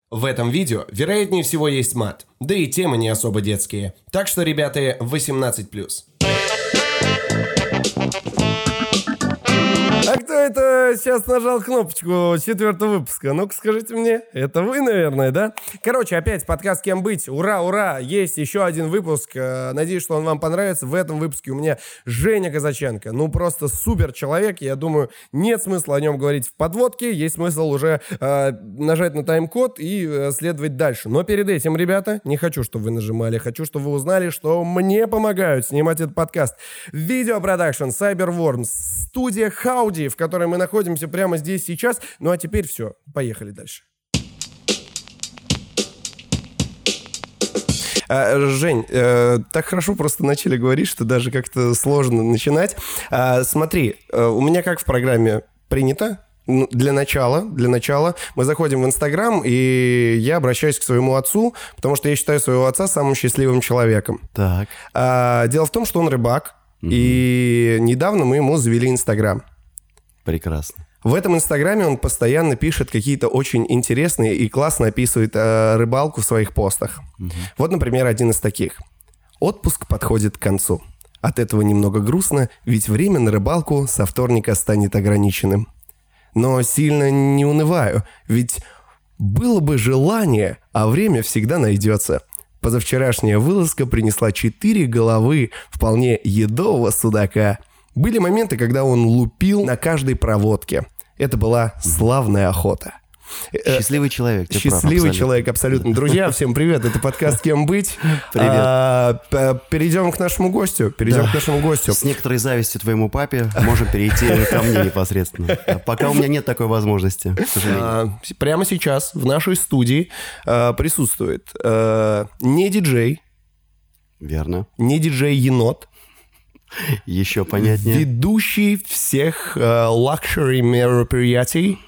В этом видео, вероятнее всего, есть мат, да и темы не особо детские. Так что, ребята, 18+. А кто это сейчас нажал кнопочку 4-го выпуска? Ну-ка, скажите мне. Это вы, наверное, да? Короче, опять подкаст «Кем быть?». Ура, ура! Есть еще один выпуск. Надеюсь, что он вам понравится. В этом выпуске у меня Женя Казаченко. Ну, просто супер человек. Я думаю, нет смысла о нем говорить в подводке. Есть смысл уже нажать на тайм-код и следовать дальше. Но перед этим, ребята, не хочу, чтобы вы нажимали. Хочу, чтобы вы узнали, что мне помогают снимать этот подкаст. Видеопродакшн, Cyberworms, студия Хауди, в которой мы находимся прямо здесь сейчас. Ну а теперь все, поехали дальше. Жень, так хорошо просто начали говорить, что даже как-то сложно начинать. Смотри, у меня как в программе принято. Для начала мы заходим в Инстаграм, и я обращаюсь к своему отцу, потому что я считаю своего отца самым счастливым человеком. Так. Дело в том, что он рыбак, и недавно мы ему завели Инстаграм. Прекрасно. В этом Инстаграме он постоянно пишет какие-то очень интересные и классно описывает рыбалку в своих постах. Вот, например, один из таких. «Отпуск подходит к концу. От этого немного грустно, ведь время на рыбалку со вторника станет ограниченным. Но сильно не унываю, ведь было бы желание, а время всегда найдется. Позавчерашняя вылазка принесла 4 головы вполне едового судака. Были моменты, когда он лупил на каждой проводке. Это была славная охота». Счастливый человек. Счастливый человек, абсолютно. Друзья, всем привет. Это подкаст «Кем быть?». Привет. Перейдем к нашему гостю. С некоторой завистью твоему папе можем перейти ко мне непосредственно. Пока у меня нет такой возможности, к сожалению. Прямо сейчас в нашей студии присутствует не диджей. Верно. Не диджей-енот. Еще понятнее. Ведущий всех лакшери мероприятий.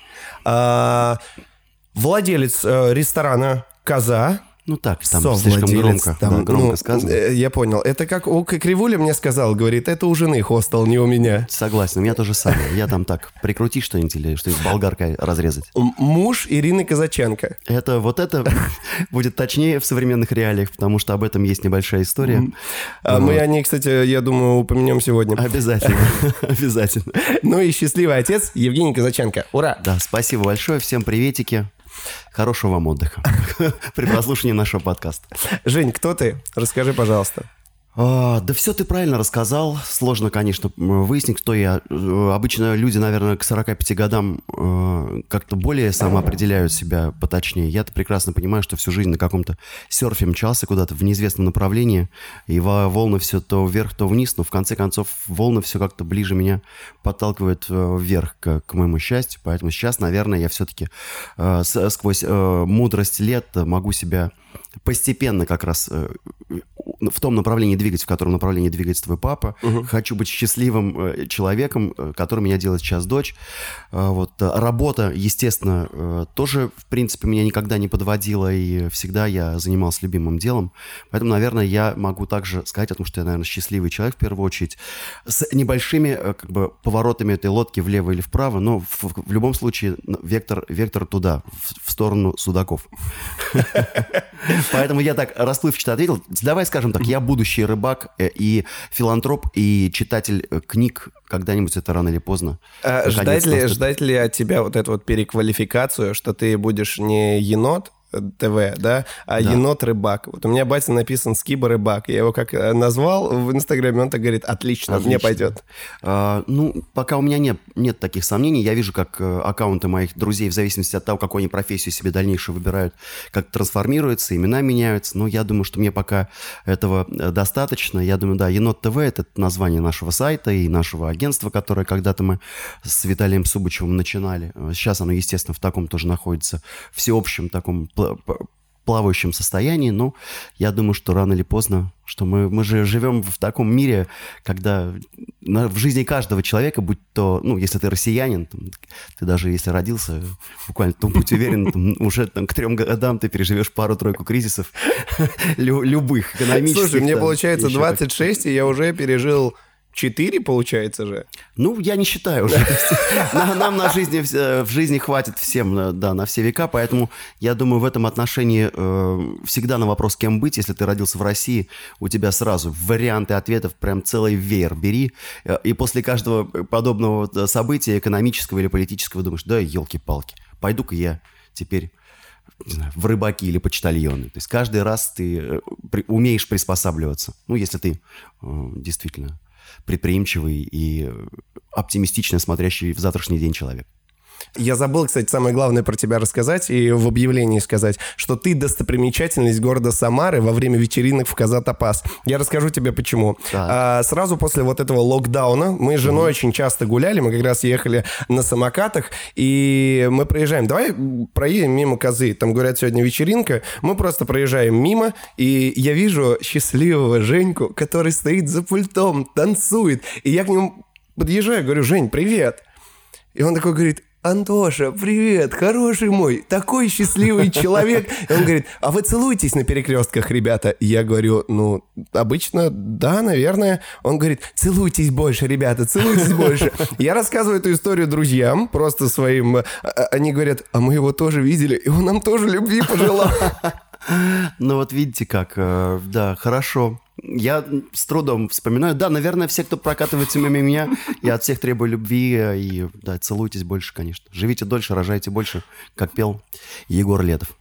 Владелец ресторана «Коза». Ну так, там слишком громко. Там, громко сказано. Я понял. Это как у Кривуля мне сказал, говорит, это у жены хостел, не у меня. Согласен, у меня то же самое. Я там так, прикрути что-нибудь или что-нибудь болгаркой разрезать. Муж Ирины Казаченко. Это будет точнее в современных реалиях, потому что об этом есть небольшая история. Мы о ней, кстати, я думаю, упомянем сегодня. Обязательно, обязательно. Ну и счастливый отец Евгений Казаченко. Ура! Да, спасибо большое, всем приветики. Хорошего вам отдыха при прослушивании нашего подкаста. Жень, кто ты? Расскажи, пожалуйста. Да все ты правильно рассказал. Сложно, конечно, выяснить, кто я. Обычно люди, наверное, к 45 годам как-то более самоопределяют себя поточнее. Я-то прекрасно понимаю, что всю жизнь на каком-то серфе мчался куда-то в неизвестном направлении, и волны все то вверх, то вниз, но в конце концов волны все как-то ближе меня подталкивают вверх, к моему счастью. Поэтому сейчас, наверное, я все-таки сквозь мудрость лет могу себя постепенно как раз в том направлении двигать, в котором направлении двигается твой папа. Хочу быть счастливым человеком, которым меня делает сейчас дочь. Вот. Работа, естественно, тоже, в принципе, меня никогда не подводила, и всегда я занимался любимым делом. Поэтому, наверное, я могу также сказать о том, что я, наверное, счастливый человек, в первую очередь, с небольшими поворотами этой лодки влево или вправо, но в любом случае вектор туда, в сторону судаков. Поэтому я так расплывчато ответил. Давай скажем так, я будущий рыбак и филантроп, и читатель книг. Когда-нибудь это рано или поздно. Ждать ли от тебя вот эту вот переквалификацию, что ты будешь не енот ТВ, да, енот-рыбак. Вот у меня батя написан «Скиба-рыбак». Я его как назвал в Инстаграме, он так говорит: отлично. Мне пойдет. Пока у меня нет таких сомнений. Я вижу, как аккаунты моих друзей, в зависимости от того, какую они профессию себе дальнейшую выбирают, как трансформируются, имена меняются. Но я думаю, что мне пока этого достаточно. Я думаю, да, Енот ТВ — это название нашего сайта и нашего агентства, которое когда-то мы с Виталием Субачевым начинали. Сейчас оно, естественно, в таком тоже находится всеобщем таком плавающем состоянии, но я думаю, что рано или поздно, что мы же живем в таком мире, когда в жизни каждого человека, будь то, если ты россиянин, ты даже если родился, буквально, будь уверен, уже к 3 годам ты переживешь пару-тройку кризисов любых, экономических. Слушай, мне получается 26, и я уже пережил 4, получается же. Ну, я не считаю уже. Нам в жизни хватит всем, да, на все века, поэтому я думаю, в этом отношении всегда на вопрос, кем быть, если ты родился в России, у тебя сразу варианты ответов, прям целый веер бери, и после каждого подобного события, экономического или политического, думаешь, да, елки-палки, пойду-ка я теперь, не знаю, в рыбаки или почтальоны. То есть каждый раз ты умеешь приспосабливаться. Ну, если ты действительно предприимчивый и оптимистично смотрящий в завтрашний день человек. Я забыл, кстати, самое главное про тебя рассказать и в объявлении сказать, что ты достопримечательность города Самары во время вечеринок в Каза-Топас. Я расскажу тебе почему. Сразу после вот этого локдауна мы с женой очень часто гуляли, мы как раз ехали на самокатах, и мы проезжаем. Давай проедем мимо Казы. Там, говорят, сегодня вечеринка. Мы просто проезжаем мимо, и я вижу счастливого Женьку, который стоит за пультом, танцует. И я к нему подъезжаю, говорю: Жень, привет. И он такой говорит: Антоша, привет, хороший мой, такой счастливый человек. И он говорит: а вы целуетесь на перекрестках, ребята? И я говорю: ну, обычно, да, наверное. Он говорит: целуйтесь больше, ребята, целуйтесь больше. Я рассказываю эту историю друзьям, просто своим. Они говорят: а мы его тоже видели, и он нам тоже любви пожелал. Ну вот видите как, да, хорошо. Я с трудом вспоминаю. Да, наверное, все, кто прокатывается мимо меня, я от всех требую любви. И да, целуйтесь больше, конечно. Живите дольше, рожайте больше, как пел Егор Летов.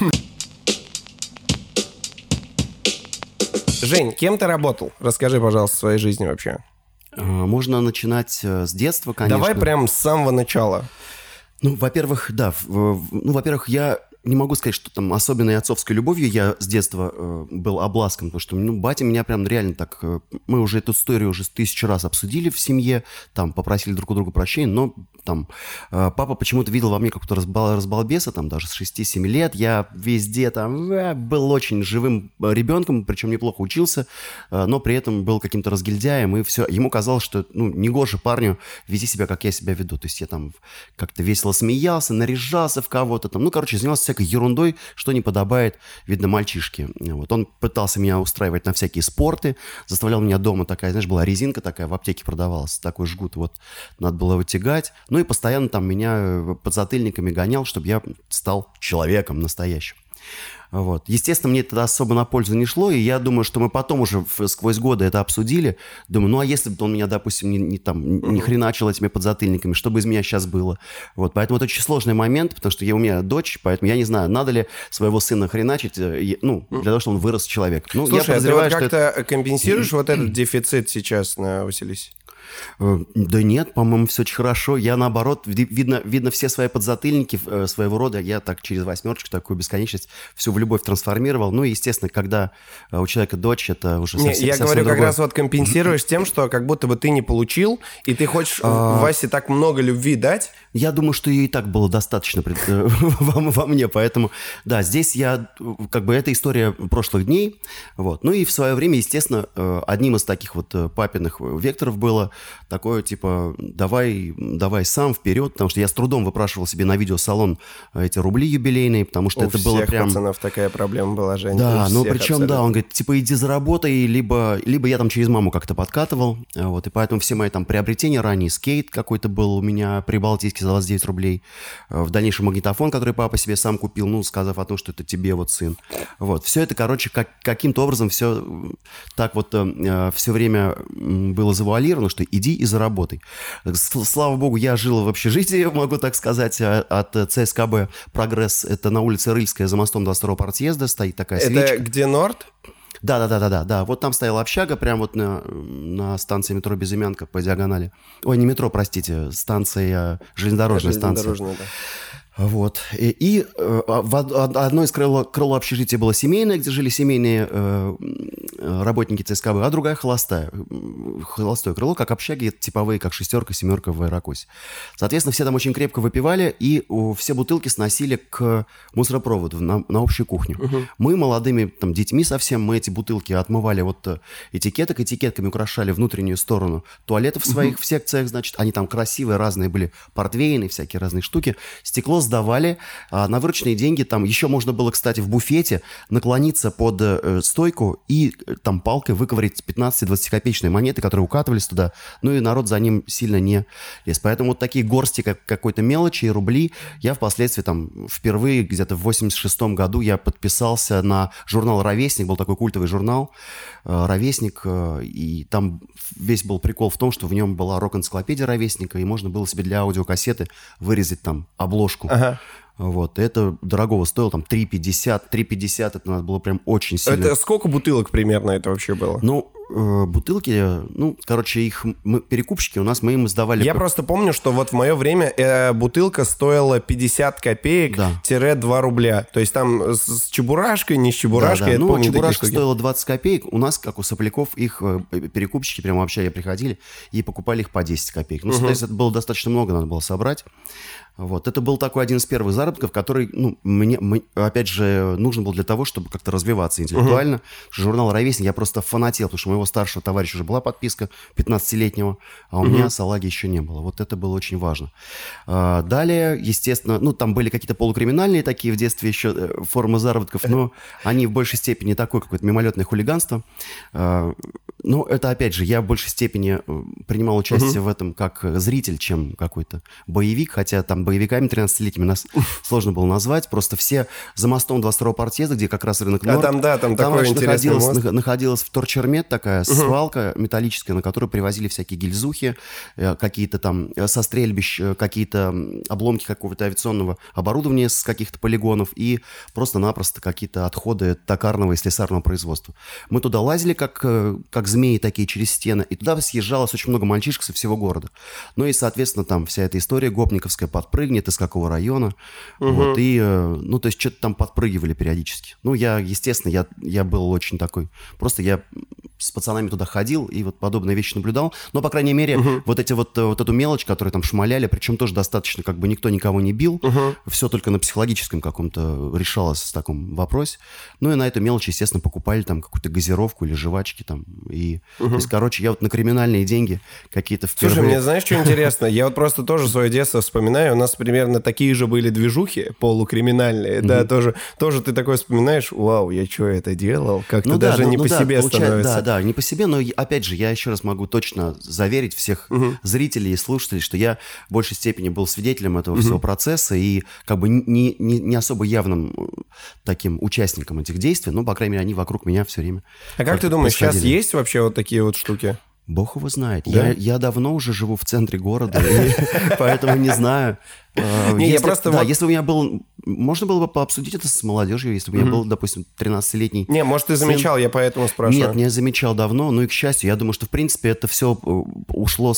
Жень, кем ты работал? Расскажи, пожалуйста, о своей жизни вообще. Можно начинать с детства, конечно. Давай прям с самого начала. Ну, во-первых, да. Во-первых, я не могу сказать, что там особенной отцовской любовью я с детства был обласкан, потому что, батя меня прям реально так... мы уже эту историю уже 1000 раз обсудили в семье, там попросили друг у друга прощения, но там папа почему-то видел во мне какого-то разбалбеса, там даже с 6-7 лет. Я везде там был очень живым ребенком, причем неплохо учился, но при этом был каким-то разгильдяем, и все. Ему казалось, что негоже парню вести себя, как я себя веду. То есть я там как-то весело смеялся, наряжался в кого-то там, занимался всякой ерундой, что не подобает, видно, мальчишке. Вот. Он пытался меня устраивать на всякие спорты, заставлял меня дома, такая, знаешь, была резинка такая, в аптеке продавалась, такой жгут, вот, надо было его тягать. Ну и постоянно там меня подзатыльниками гонял, чтобы я стал человеком настоящим. Вот. Естественно, мне это особо на пользу не шло, и я думаю, что мы потом уже сквозь годы это обсудили. Думаю, а если бы он меня, допустим, не хреначил этими подзатыльниками, что бы из меня сейчас было? Вот. Поэтому это очень сложный момент, потому что у меня дочь, поэтому я не знаю, надо ли своего сына хреначить, для того, чтобы он вырос человек. Слушай, я подозреваю, ты вот как-то компенсируешь вот этот дефицит сейчас на Василисе? Да нет, по-моему, все очень хорошо. Я, наоборот, видно все свои подзатыльники своего рода, я так через 8 такую бесконечность всю в любовь трансформировал. Ну, и, естественно, когда у человека дочь, это уже совсем я говорю, как раз вот компенсируешь тем, что как будто бы ты не получил, и ты хочешь Васе так много любви дать. Я думаю, что ей и так было достаточно во мне, поэтому, да, здесь это история прошлых дней, вот. Ну, и в свое время, естественно, одним из таких вот папиных векторов было такое, типа, давай сам вперед, потому что я с трудом выпрашивал себе на видеосалон эти рубли юбилейные, потому что это было прям... У всех пацанов такая проблема была, Жень. Да, ну причем, абсолютно. Да, он говорит, типа, иди заработай, либо я там через маму как-то подкатывал, вот, и поэтому все мои там приобретения ранее, скейт какой-то был у меня прибалтийский за 29 рублей, в дальнейшем магнитофон, который папа себе сам купил, сказав о том, что это тебе вот сын. Вот, все это, короче, каким-то образом все так вот все время было завуалировано, что иди и заработай. Слава богу, я жил в общежитии, могу так сказать, от ЦСКБ «Прогресс». Это на улице Рыльская, за мостом 22-го партсъезда стоит такая свечка. Это где Норд? Да. Вот там стояла общага, прямо вот на станции метро Безымянка по диагонали. Ой, не метро, простите, железнодорожная станция. Да. Вот. И одно из крыло общежития было семейное, где жили семейные работники ЦСКБ, а другая холостое крыло, как общаги, типовые, как шестерка, семерка в Аэрокосе. Соответственно, все там очень крепко выпивали, и все бутылки сносили к мусоропроводу на общую кухню. Угу. Мы молодыми там детьми совсем, мы эти бутылки отмывали вот этикетками украшали внутреннюю сторону туалетов своих в секциях, значит, они там красивые, разные были, портвейны, всякие разные штуки. Стекло сдавали. На вырученные деньги там еще можно было, кстати, в буфете наклониться под стойку и там палкой выковырять 15-20-копеечные монеты, которые укатывались туда. Ну и народ за ним сильно не лез. Поэтому вот такие горсти какой-то мелочи и рубли я впоследствии там впервые где-то в 86-м году я подписался на журнал «Ровесник». Был такой культовый журнал «Ровесник». И там весь был прикол в том, что в нем была рок-энциклопедия «Ровесника», и можно было себе для аудиокассеты вырезать там обложку. Ага. Вот, это дорогого стоило, там, 3,50, это надо было прям очень сильно. Это сколько бутылок примерно это вообще было? Ну, бутылки, их перекупщики у нас, мы им сдавали... Я просто помню, что вот в мое время бутылка стоила 50 копеек, да. 2 рубля. То есть там с чебурашкой, не с чебурашкой, я помню чебурашка стоила 20 копеек, у нас, как у сопляков, их перекупщики прямо вообще приходили и покупали их по 10 копеек. Ну, соответственно, это было достаточно много, надо было собрать. Вот, это был такой один из первых заработков, который, мне, опять же, нужен был для того, чтобы как-то развиваться интеллектуально. Журнал «Ровесник» я просто фанател, потому что у моего старшего товарища уже была подписка 15-летнего, а у меня салаги еще не было. Вот это было очень важно. Далее, естественно, там были какие-то полукриминальные такие в детстве еще формы заработков, но они в большей степени такое какое-то мимолетное хулиганство. Но это, опять же, я в большей степени принимал участие в этом как зритель, чем какой-то боевик, хотя там боевиками 13-летними нас сложно было назвать. Просто все за мостом 22-го партъезда, где как раз рынок Норд. Там такой интересный мост. Находилась вторчермет такая, свалка металлическая, на которую привозили всякие гильзухи, какие-то там со стрельбищ, какие-то обломки какого-то авиационного оборудования с каких-то полигонов и просто-напросто какие-то отходы токарного и слесарного производства. Мы туда лазили, как змеи такие через стены, и туда съезжалось очень много мальчишек со всего города. Ну и, соответственно, там вся эта история гопниковская подпрыгнет, из какого района. Вот, и, то есть, что-то там подпрыгивали периодически. Естественно, я был очень такой... Просто я с пацанами туда ходил и вот подобные вещи наблюдал. Но, по крайней мере, вот эту мелочь, которую там шмаляли, причем тоже достаточно, как бы никто никого не бил. Все только на психологическом каком-то решалось в таком вопросе. Ну, и на эту мелочь, естественно, покупали там какую-то газировку или жвачки там. И, то есть, короче, я вот на криминальные деньги какие-то впервые... Слушай, мне знаешь, что интересно? Я вот просто тоже свое детство вспоминаю. У нас примерно такие же были движухи полукриминальные. Да, тоже ты такой вспоминаешь, вау, я что это делал? Как-то даже не по себе становится. Да, не по себе, но опять же, я еще раз могу точно заверить всех зрителей и слушателей, что я в большей степени был свидетелем этого всего процесса и как бы не особо явным таким участником этих действий, но, по крайней мере, они вокруг меня все время. А как ты думаешь, сейчас есть вообще вот такие вот штуки? Бог его знает. Да? Я давно уже живу в центре города, поэтому не знаю. Если у меня был... Можно было бы пообсудить это с молодежью, если бы у меня был, допустим, 13-летний... Не, может, ты замечал, я поэтому спрашиваю. Нет, не замечал давно, но и, к счастью, я думаю, что, в принципе, это все ушло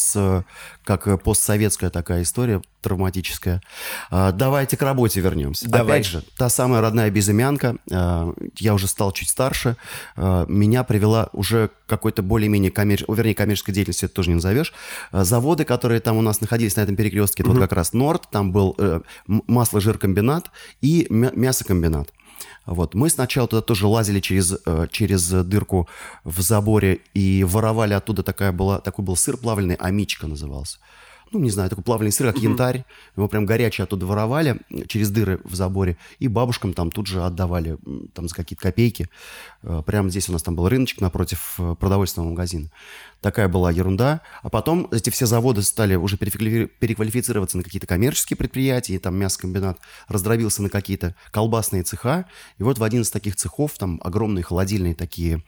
как постсоветская такая история травматическая. Давайте к работе вернемся. Давай. Опять же, та самая родная безымянка, я уже стал чуть старше, меня привела уже какой-то более-менее коммерческой деятельности, это тоже не назовешь. Заводы, которые там у нас находились на этом перекрестке, это вот как раз Норд, там был масло-жиркомбинат и мясокомбинат. Вот. Мы сначала туда тоже лазили через дырку в заборе и воровали оттуда, такой был сыр плавленый, амичка назывался. Не знаю, такой плавленый сыр, как янтарь. Его прям горячий оттуда воровали через дыры в заборе. И бабушкам там тут же отдавали там за какие-то копейки. Прямо здесь у нас там был рыночек напротив продовольственного магазина. Такая была ерунда. А потом эти все заводы стали уже переквалифицироваться на какие-то коммерческие предприятия. И там мясокомбинат раздробился на какие-то колбасные цеха. И вот в один из таких цехов, там огромные холодильные такие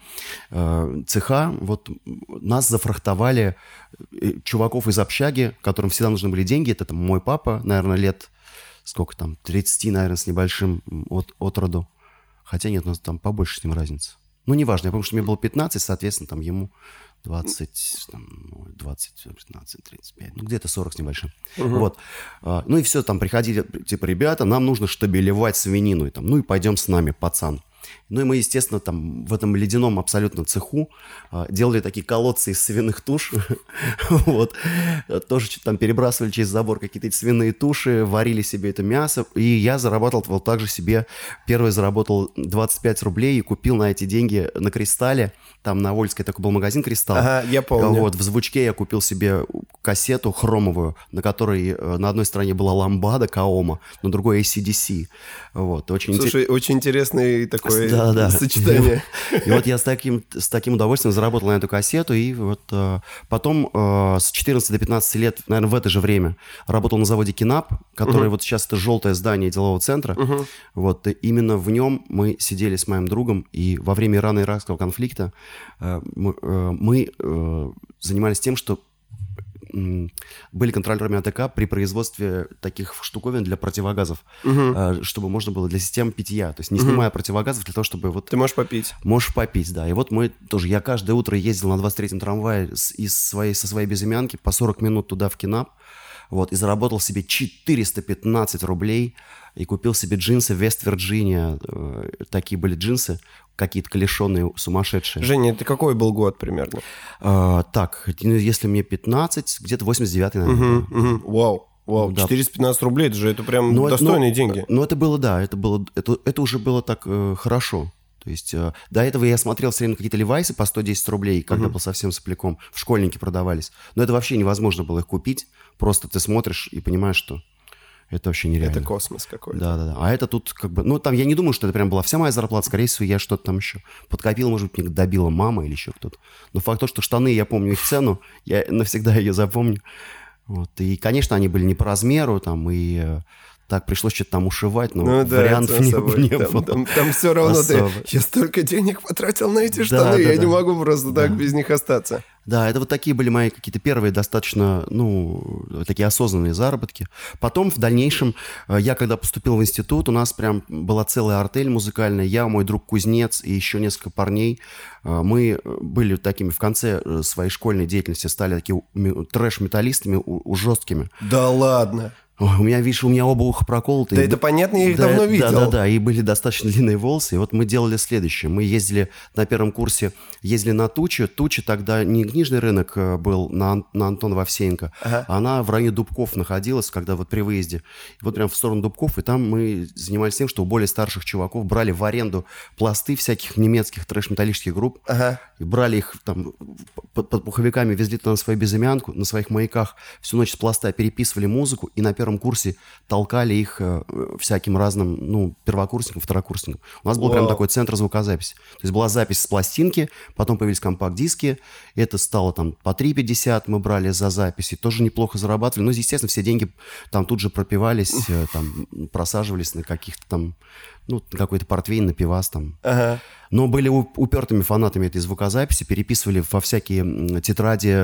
цеха, вот нас зафрахтовали чуваков из общаги, которым всегда нужны были деньги. Это там мой папа, наверное, лет, сколько там, 30, наверное, с небольшим от роду. Хотя нет, у нас там побольше с ним разница. Неважно, я помню, что мне было 15, соответственно, там ему 20, 15, 35, где-то 40 с небольшим. Вот. И все, там приходили, типа, ребята, нам нужно штабелевать свинину. И пойдем с нами, пацан. Ну и мы, естественно, там в этом ледяном абсолютно цеху делали такие колодцы из свиных туш. Вот. Тоже что-то там перебрасывали через забор какие-то эти свиные туши, варили себе это мясо. И я зарабатывал вот также себе. Первый заработал 25 рублей и купил на эти деньги на Кристалле. Там на Вольской такой был магазин «Кристалл». Ага, я помню. Вот, в звучке я купил себе кассету хромовую, на которой на одной стороне была ламбада Каома, на другой AC/DC. Вот, Слушай, очень интересный такой да. сочетание. И вот я с таким удовольствием заработал на эту кассету, и вот потом с 14 до 15 лет, наверное, в это же время работал на заводе «Кинап», который вот сейчас это желтое здание делового центра. Вот, и именно в нем мы сидели с моим другом, и во время ирано-иракского конфликта мы занимались тем, что были контролерами АТК при производстве таких штуковин для противогазов, чтобы можно было для систем питья, то есть не снимая противогазов для того, чтобы вот... Ты можешь попить. Можешь попить, да. И вот мы тоже, я каждое утро ездил на 23-м трамвае со своей безымянки по 40 минут туда в Кинап, вот, и заработал себе 415 рублей и купил себе джинсы Вест-Вирджиния. Такие были джинсы, какие-то колешеные, сумасшедшие. Женя, это какой был год примерно? Так, если мне 15, где-то 89-й, наверное. Вау. Вау, Да. 415 рублей, это прям достойные деньги. Но это было, да, это уже было так хорошо. То есть до этого я смотрел все время какие-то левайсы по 110 рублей, когда был совсем сопляком. В школьнике продавались. Но это вообще невозможно было их купить. Просто ты смотришь и понимаешь, что это вообще нереально. Это космос какой-то. Да. А это тут как бы... Ну, там я не думаю, что это прям была вся моя зарплата. Скорее всего, я что-то там еще подкопил. Может быть, мне добила мама или еще кто-то. Но факт то, что штаны, я помню их цену. Я навсегда ее запомню. Вот. И, конечно, они были не по размеру. Там, и так пришлось что-то там ушивать. Но вариантов не было. Там все равно я столько денег потратил на эти штаны. Я не могу просто так без них остаться. Да, это вот такие были мои какие-то первые достаточно, такие осознанные заработки. Потом в дальнейшем, я когда поступил в институт, у нас прям была целая артель музыкальная. Я, мой друг Кузнец и еще несколько парней. Мы были такими в конце своей школьной деятельности, стали такими трэш-металлистами жесткими. Да ладно? Ой, у меня оба уха проколоты. Да это понятно, я их давно видел. Да, и были достаточно длинные волосы. И вот мы делали следующее. Мы ездили на первом курсе, на Тучу. Туча тогда не книжный рынок был на Антона Вовсеенко, а она в районе Дубков находилась, когда вот при выезде. И вот прям в сторону Дубков, и там мы занимались тем, что у более старших чуваков брали в аренду пласты всяких немецких трэш-металлических групп, и брали их там под пуховиками, везли туда на свою безымянку, на своих маяках, всю ночь с пласта переписывали музыку, и на первом курсе толкали их всяким разным, первокурсникам, второкурсникам. У нас был прям такой центр звукозаписи. То есть была запись с пластинки, потом появились компакт-диски, это стало там по 3,50 мы брали за запись, и тоже неплохо зарабатывали. Но, естественно, все деньги там тут же пропивались, там просаживались на каких-то там, на какой-то портвейн, на пивас там. Но были упертыми фанатами этой звукозаписи, переписывали во всякие тетради,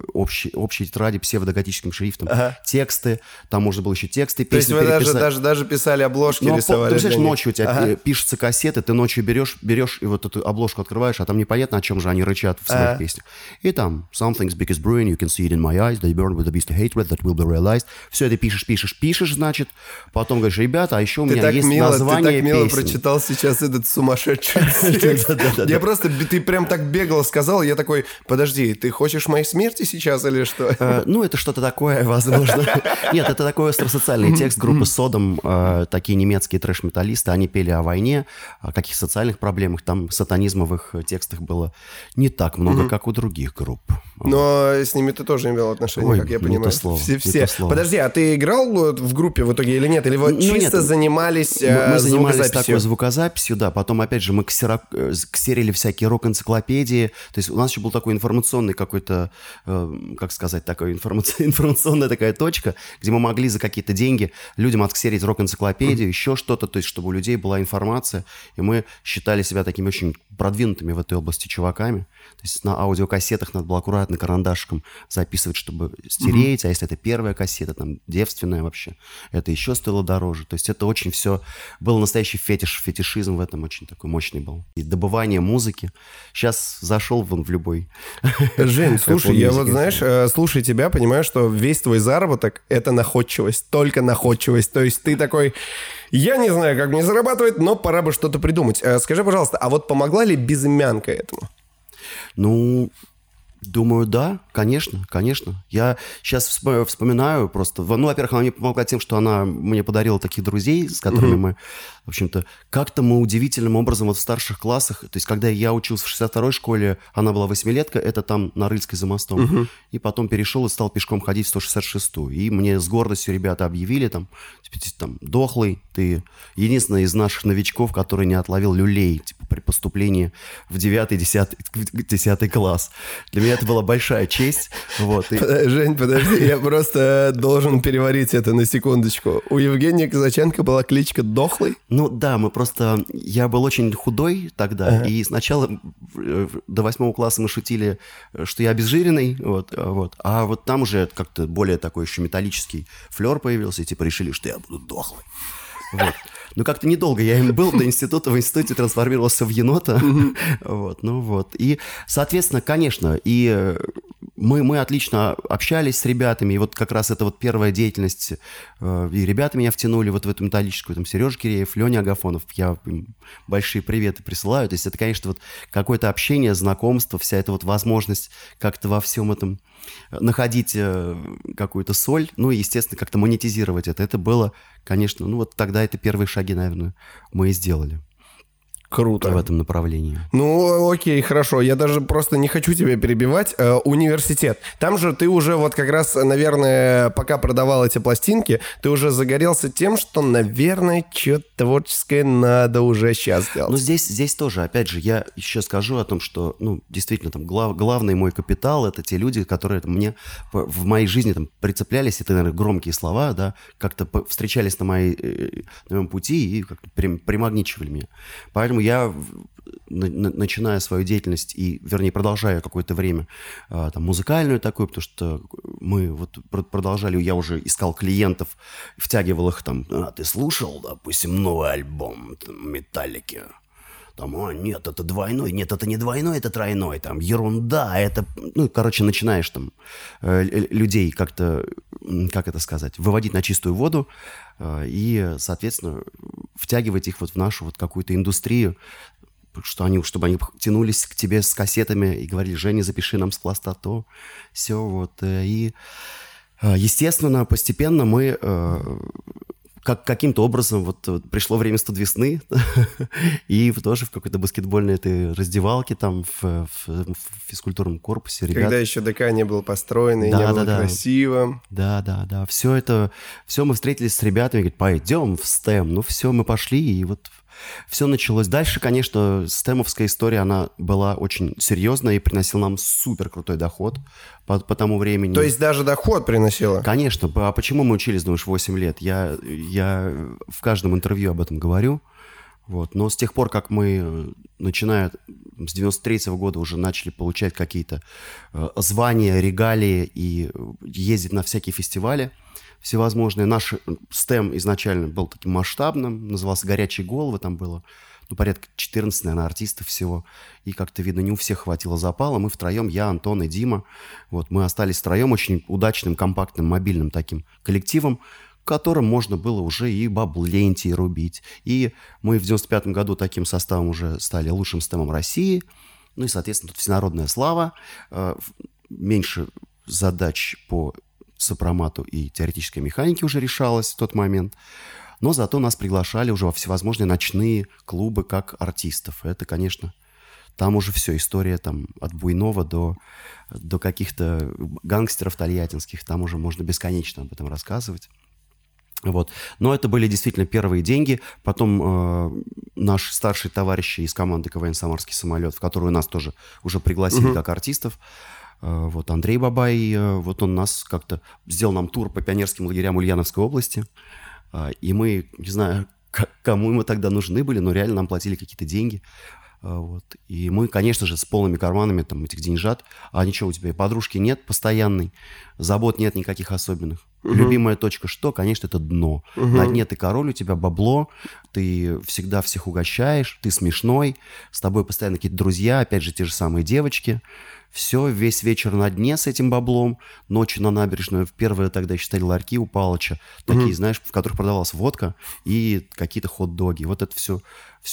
общие тетради псевдоготическим шрифтом, тексты, там можно было еще тексты песни переписать. То есть вы даже писали обложки, рисовали? Ты представляешь, ночью у тебя пишутся кассеты, ты ночью берешь и вот эту обложку открываешь, а там непонятно, о чем же они рычат в своих песнях. И там «Something's big is brewing, you can see it in my eyes, they burn with a beast of hatred that will be realized». Все это пишешь, значит. Потом говоришь: ребята, а еще у меня есть название песни. Ты так мило прочитал сейчас этот сумасшедший текст. Я просто, ты прям так бегло сказал, я такой: подожди, ты хочешь моей смерти сейчас или что? Это что-то такое, возможно. Нет, это такой остросоциальный текст группы Содом, такие немецкие трэш-металлисты, они пели о войне, о каких социальных проблемах, там сатанизма в их текстах было не так много, как у других групп. Но с ними ты тоже имел отношение, как я понимаю. Все. Подожди, а ты играл в группе в итоге или нет? Или вот чисто занимались мы занимались такой звукозаписью, да. Потом, опять же, мы ксерили всякие рок-энциклопедии. То есть у нас еще был такой информационный какой-то, такая информационная такая точка, где мы могли за какие-то деньги людям отксерить рок-энциклопедию, еще что-то, то есть чтобы у людей была информация. И мы считали себя такими очень продвинутыми в этой области чуваками. То есть на аудиокассетах надо было аккуратно карандашиком записывать, чтобы стереть, а если это первая кассета, там, девственная вообще, это еще стоило дороже. То есть это очень все... Был настоящий фетишизм в этом очень такой мощный был. И добывание музыки. Сейчас зашел вон в любой... Жень, слушай, я вот, знаешь, слушай тебя, понимаю, что весь твой заработок — это на Hot находчивость, только находчивость. То есть ты такой, я не знаю, как мне зарабатывать, но пора бы что-то придумать. Скажи, пожалуйста, а вот помогла ли безымянка этому? Ну, думаю, да, конечно. Я сейчас вспоминаю просто... Ну, во-первых, она мне помогла тем, что она мне подарила таких друзей, с которыми мы, в общем-то, как-то мы удивительным образом вот в старших классах... То есть, когда я учился в 62-й школе, она была 8-летка, это там на Рыльской за мостом. И потом перешел и стал пешком ходить в 166-ю. И мне с гордостью ребята объявили там, дохлый, ты единственный из наших новичков, который не отловил люлей, типа, при поступлении в 9-10 класс. Для меня это была большая честь. Вот, и... Жень, подожди, я просто должен переварить это на секундочку. У Евгения Казаченко была кличка Дохлый? Ну да, я был очень худой тогда, и сначала до 8 класса мы шутили, что я обезжиренный, а вот там уже как-то более такой еще металлический флер появился, и типа решили, что я буду Дохлый. Вот. Ну, как-то недолго я им был до института, в институте трансформировался в енота. И, соответственно, конечно, и мы отлично общались с ребятами, и вот как раз это вот первая деятельность, и ребята меня втянули вот в эту металлическую, там, Сережа Киреев, Леня Агафонов, я им большие приветы присылаю, то есть это, конечно, вот какое-то общение, знакомство, вся эта вот возможность как-то во всем этом находить какую-то соль, ну и, естественно, как-то монетизировать это. Это было, конечно, ну вот тогда это первые шаги, наверное, мы и сделали. Круто. В этом направлении. Ну, окей, хорошо. Я даже просто не хочу тебя перебивать. Университет. Там же ты уже вот как раз, наверное, пока продавал эти пластинки, ты уже загорелся тем, что, наверное, что-то творческое надо уже сейчас делать. Ну, здесь тоже, опять же, я еще скажу о том, что, ну, действительно, там, главный мой капитал — это те люди, которые мне в моей жизни там прицеплялись, это, наверное, громкие слова, да, как-то встречались на моем пути и как-то примагничивали меня. Поэтому я, начиная свою деятельность и, вернее, продолжая какое-то время там, музыкальную такую, потому что мы вот продолжали, я уже искал клиентов, втягивал их там, ты слушал, допустим, новый альбом Металлики? Там, нет, это двойной, нет, это не двойной, это тройной, там, ерунда, это... Ну, короче, начинаешь там людей как-то, как это сказать, выводить на чистую воду и, соответственно, втягивать их вот в нашу вот какую-то индустрию, чтобы они тянулись к тебе с кассетами и говорили, Женя, запиши нам с пласта то, все, вот. И, естественно, постепенно мы... каким-то образом вот пришло время студ весны, и тоже в какой-то баскетбольной этой раздевалке там в физкультурном корпусе. Когда еще ДК не был построен и не было красиво. Да. Все мы встретились с ребятами, говорят, пойдем в STEM. Ну все, мы пошли, и вот все началось. Дальше, конечно, стемовская история, она была очень серьезная и приносила нам супер крутой доход по тому времени. То есть даже доход приносила? Конечно. А почему мы учились, думаешь, 8 лет? Я в каждом интервью об этом говорю. Вот. Но с тех пор, как мы, начиная с 93-го года, уже начали получать какие-то звания, регалии и ездить на всякие фестивали всевозможные. Наш STEM изначально был таким масштабным, назывался «Горячие головы», там было порядка 14, наверное, артистов всего. И как-то, видно, не у всех хватило запала. Мы втроем, я, Антон и Дима, вот, мы остались втроем очень удачным, компактным, мобильным таким коллективом, которым можно было уже и баблентии рубить. И мы в 95-м году таким составом уже стали лучшим STEM-ом России. Ну и, соответственно, тут всенародная слава, меньше задач по сопромату и теоретической механике уже решалось в тот момент. Но зато нас приглашали уже во всевозможные ночные клубы как артистов. Это, конечно, там уже все, история там от буйного до каких-то гангстеров тольяттинских. Там уже можно бесконечно об этом рассказывать. Вот. Но это были действительно первые деньги. Потом наши старшие товарищи из команды КВН «Самарский самолет», в которую нас тоже уже пригласили как артистов, вот Андрей Бабай, вот он нас как-то сделал нам тур по пионерским лагерям Ульяновской области. И мы, не знаю, кому мы тогда нужны были, но реально нам платили какие-то деньги. Вот. И мы, конечно же, с полными карманами там, этих деньжат. А ничего, у тебя и подружки нет постоянной, забот нет никаких особенных. Любимая точка что? Конечно, это дно. На дне ты король, у тебя бабло, ты всегда всех угощаешь, ты смешной, с тобой постоянно какие-то друзья, опять же, те же самые девочки. Все, весь вечер на дне с этим баблом, ночью на набережную. Первые тогда еще стояли ларьки у Палыча, такие, знаешь, в которых продавалась водка и какие-то хот-доги. Вот это все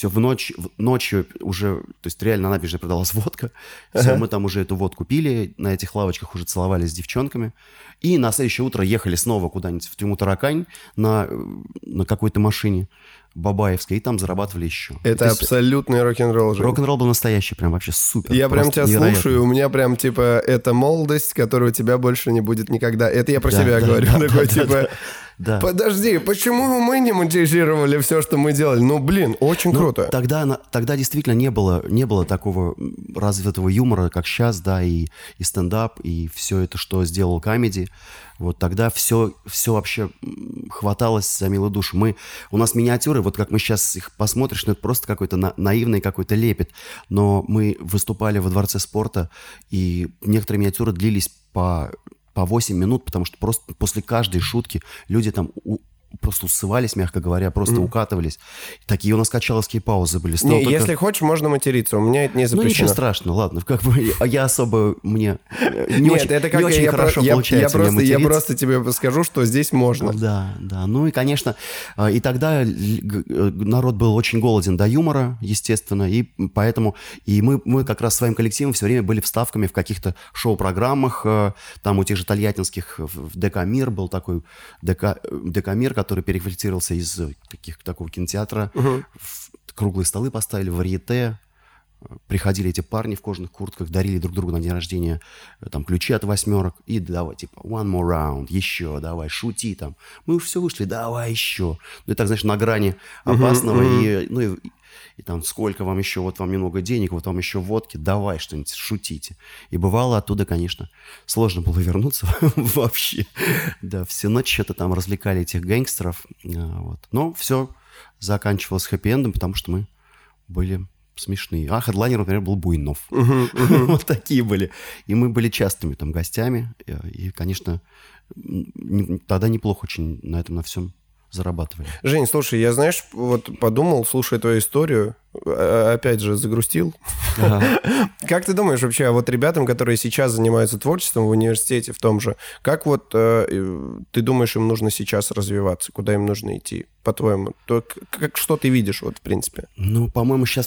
ночью уже, то есть реально на набережной продавалась водка. Все, мы там уже эту водку пили, на этих лавочках уже целовались с девчонками. И на следующее утро ехали снова куда-нибудь в тюрьму Таракань на какой-то машине бабаевской, и там зарабатывали еще. Это абсолютный рок-н-ролл же. Рок-н-ролл был настоящий, прям вообще супер. Я прям тебя невероятно. слушаю, и у меня прям, типа, это молодость, которая у тебя больше не будет никогда. Это я про себя говорю. Такой, типа, подожди, почему мы не монетизировали все, что мы делали? Ну, блин, очень круто. Тогда действительно не было такого развитого юмора, как сейчас, да, и стендап, и все это, что сделал комеди. Вот тогда все вообще хваталось за милую душу. У нас миниатюры, вот как мы сейчас их посмотришь, ну это просто какой-то наивный какой-то лепет. Но мы выступали во Дворце спорта, и некоторые миниатюры длились по 8 минут, потому что просто после каждой шутки люди там просто усывались, мягко говоря, просто укатывались. Такие у нас качаловские паузы были. Если хочешь, можно материться, у меня это не запрещено. Ну, ничего страшного, ладно. Как бы я особо мне не очень хорошо получается мне материться. Я просто тебе скажу, что здесь можно. Да. Ну и, конечно, и тогда народ был очень голоден до юмора, естественно, и поэтому мы как раз своим коллективом все время были вставками в каких-то шоу-программах. Там у тех же тольяттинских в ДК «Мир» был такой ДК «Мир», который переквалифицировался из такого кинотеатра. Круглые столы поставили, варьете. Приходили эти парни в кожаных куртках, дарили друг другу на день рождения там ключи от 8 и давай, типа, one more round, еще, давай, шути там. Мы уже все вышли, давай еще. Ну и так, знаешь, на грани опасного. И там, сколько вам еще, вот вам немного денег, вот вам еще водки, давай что-нибудь, шутите. И бывало оттуда, конечно, сложно было вернуться вообще. Да, всю ночь что-то там развлекали этих гэнгстеров. Вот. Но все заканчивалось хэппи-эндом, потому что мы были смешные. А хедлайнер, например, был Буйнов. Вот такие были. И мы были частыми там гостями. И, конечно, тогда неплохо очень на этом, на всем зарабатывали. Жень, слушай, я, знаешь, вот подумал, слушая твою историю, опять же, загрустил. Как ты думаешь вообще, вот ребятам, которые сейчас занимаются творчеством в университете в том же, как вот ты думаешь, им нужно сейчас развиваться? Куда им нужно идти, по-твоему? Что ты видишь, вот, в принципе? Ну, по-моему, сейчас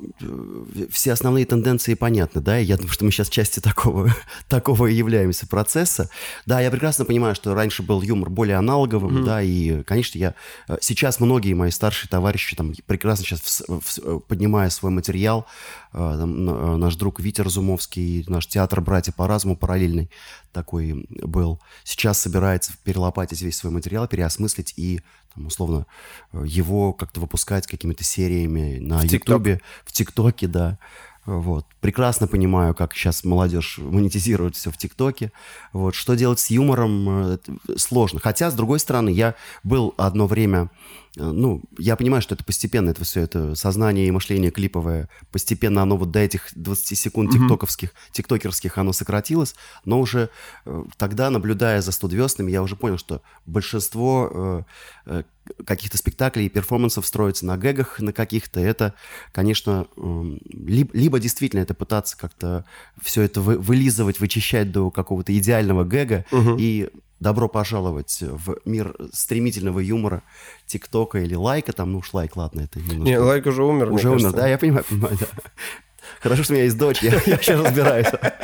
все основные тенденции понятны, да? Я думаю, что мы сейчас частью такого и являемся процесса. Да, я прекрасно понимаю, что раньше был юмор более аналоговым, да, и, конечно, сейчас многие мои старшие товарищи там прекрасно сейчас поднимая свой материал, наш друг Витя Разумовский, наш театр «Братья по разуму» параллельный такой был, сейчас собирается перелопатить весь свой материал, переосмыслить и, там, условно, его как-то выпускать какими-то сериями на Ютубе, в ТикТоке, да. Вот. Прекрасно понимаю, как сейчас молодежь монетизирует все в ТикТоке. Вот. Что делать с юмором сложно. Хотя, с другой стороны, я был одно время... Ну, я понимаю, что это постепенно, это все, это сознание и мышление клиповое, постепенно оно вот до этих 20 секунд тиктокерских оно сократилось, но уже тогда, наблюдая за «Студвёстами», я уже понял, что большинство каких-то спектаклей и перформансов строится на гэгах на каких-то, это, конечно, либо действительно это пытаться как-то все это вылизывать, вычищать до какого-то идеального гэга и... Добро пожаловать в мир стремительного юмора, ТикТока или лайка. Там, ну уж лайк, ладно, это немножко... Не, лайк уже умер, Уже умер, да, я понимаю, да. Хорошо, что у меня есть дочь, я сейчас разбираюсь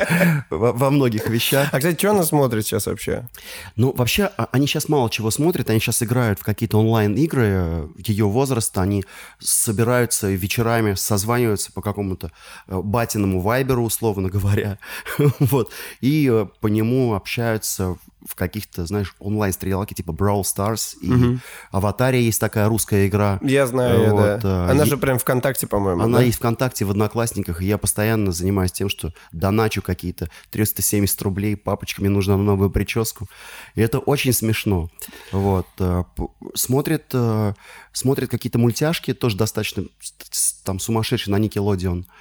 во многих вещах. А, кстати, что она смотрит сейчас вообще? Ну, вообще, они сейчас мало чего смотрят, они сейчас играют в какие-то онлайн-игры ее возраста, они собираются вечерами, созваниваются по какому-то батиному вайберу, условно говоря, вот, и по нему общаются в каких-то, знаешь, онлайн-стрелялки типа Brawl Stars и Аватария есть такая русская игра. Я знаю, вот, да. Она же прям ВКонтакте, по-моему. Она есть ВКонтакте, в Одноклассниках, и я постоянно занимаюсь тем, что доначу какие-то 370 рублей, папочка, мне нужна новую прическу. И это очень смешно. Вот. Смотрят какие-то мультяшки, тоже достаточно там сумасшедшие на Nickelodeon.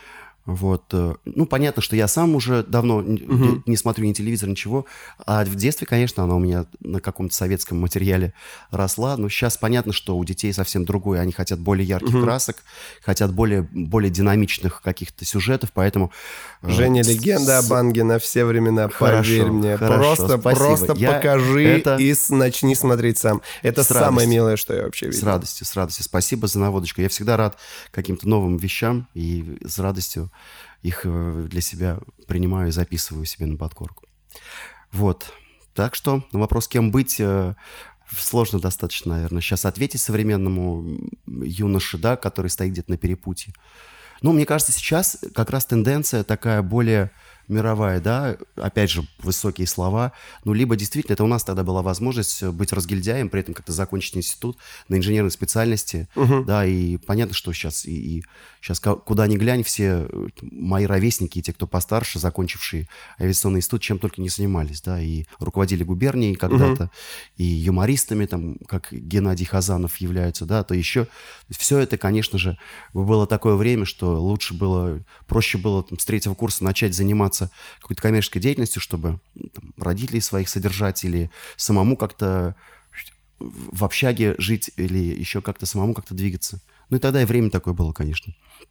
Вот. Ну, понятно, что я сам уже давно не смотрю ни телевизор, ничего. А в детстве, конечно, она у меня на каком-то советском материале росла. Но сейчас понятно, что у детей совсем другое. Они хотят более ярких красок, хотят более динамичных каких-то сюжетов, поэтому... Женя, легенда о Банге на все времена, поверь мне. Хорошо, Просто покажи и начни смотреть сам. Это самое милое, что я вообще видел. С радостью. Спасибо за наводочку. Я всегда рад каким-то новым вещам и с радостью их для себя принимаю и записываю себе на подкорку. Вот. Так что на вопрос, кем быть, сложно достаточно, наверное, сейчас ответить современному юноше, да, который стоит где-то на перепутье. Но мне кажется, сейчас как раз тенденция такая более мировая, да, опять же, высокие слова. Ну, либо действительно, это у нас тогда была возможность быть разгильдяем, при этом как-то закончить институт на инженерной специальности, да, и понятно, что сейчас, и сейчас куда ни глянь, все мои ровесники и те, кто постарше, закончившие авиационный институт, чем только не занимались, да, и руководили губернией когда-то, и юмористами, там, как Геннадий Хазанов являются, да, то еще. Все это, конечно же, было такое время, что проще было там, с 3-го курса начать заниматься какой-то коммерческой деятельностью, чтобы там, родителей своих содержать или самому как-то в общаге жить или еще как-то самому как-то двигаться. Ну и тогда и время такое было, конечно.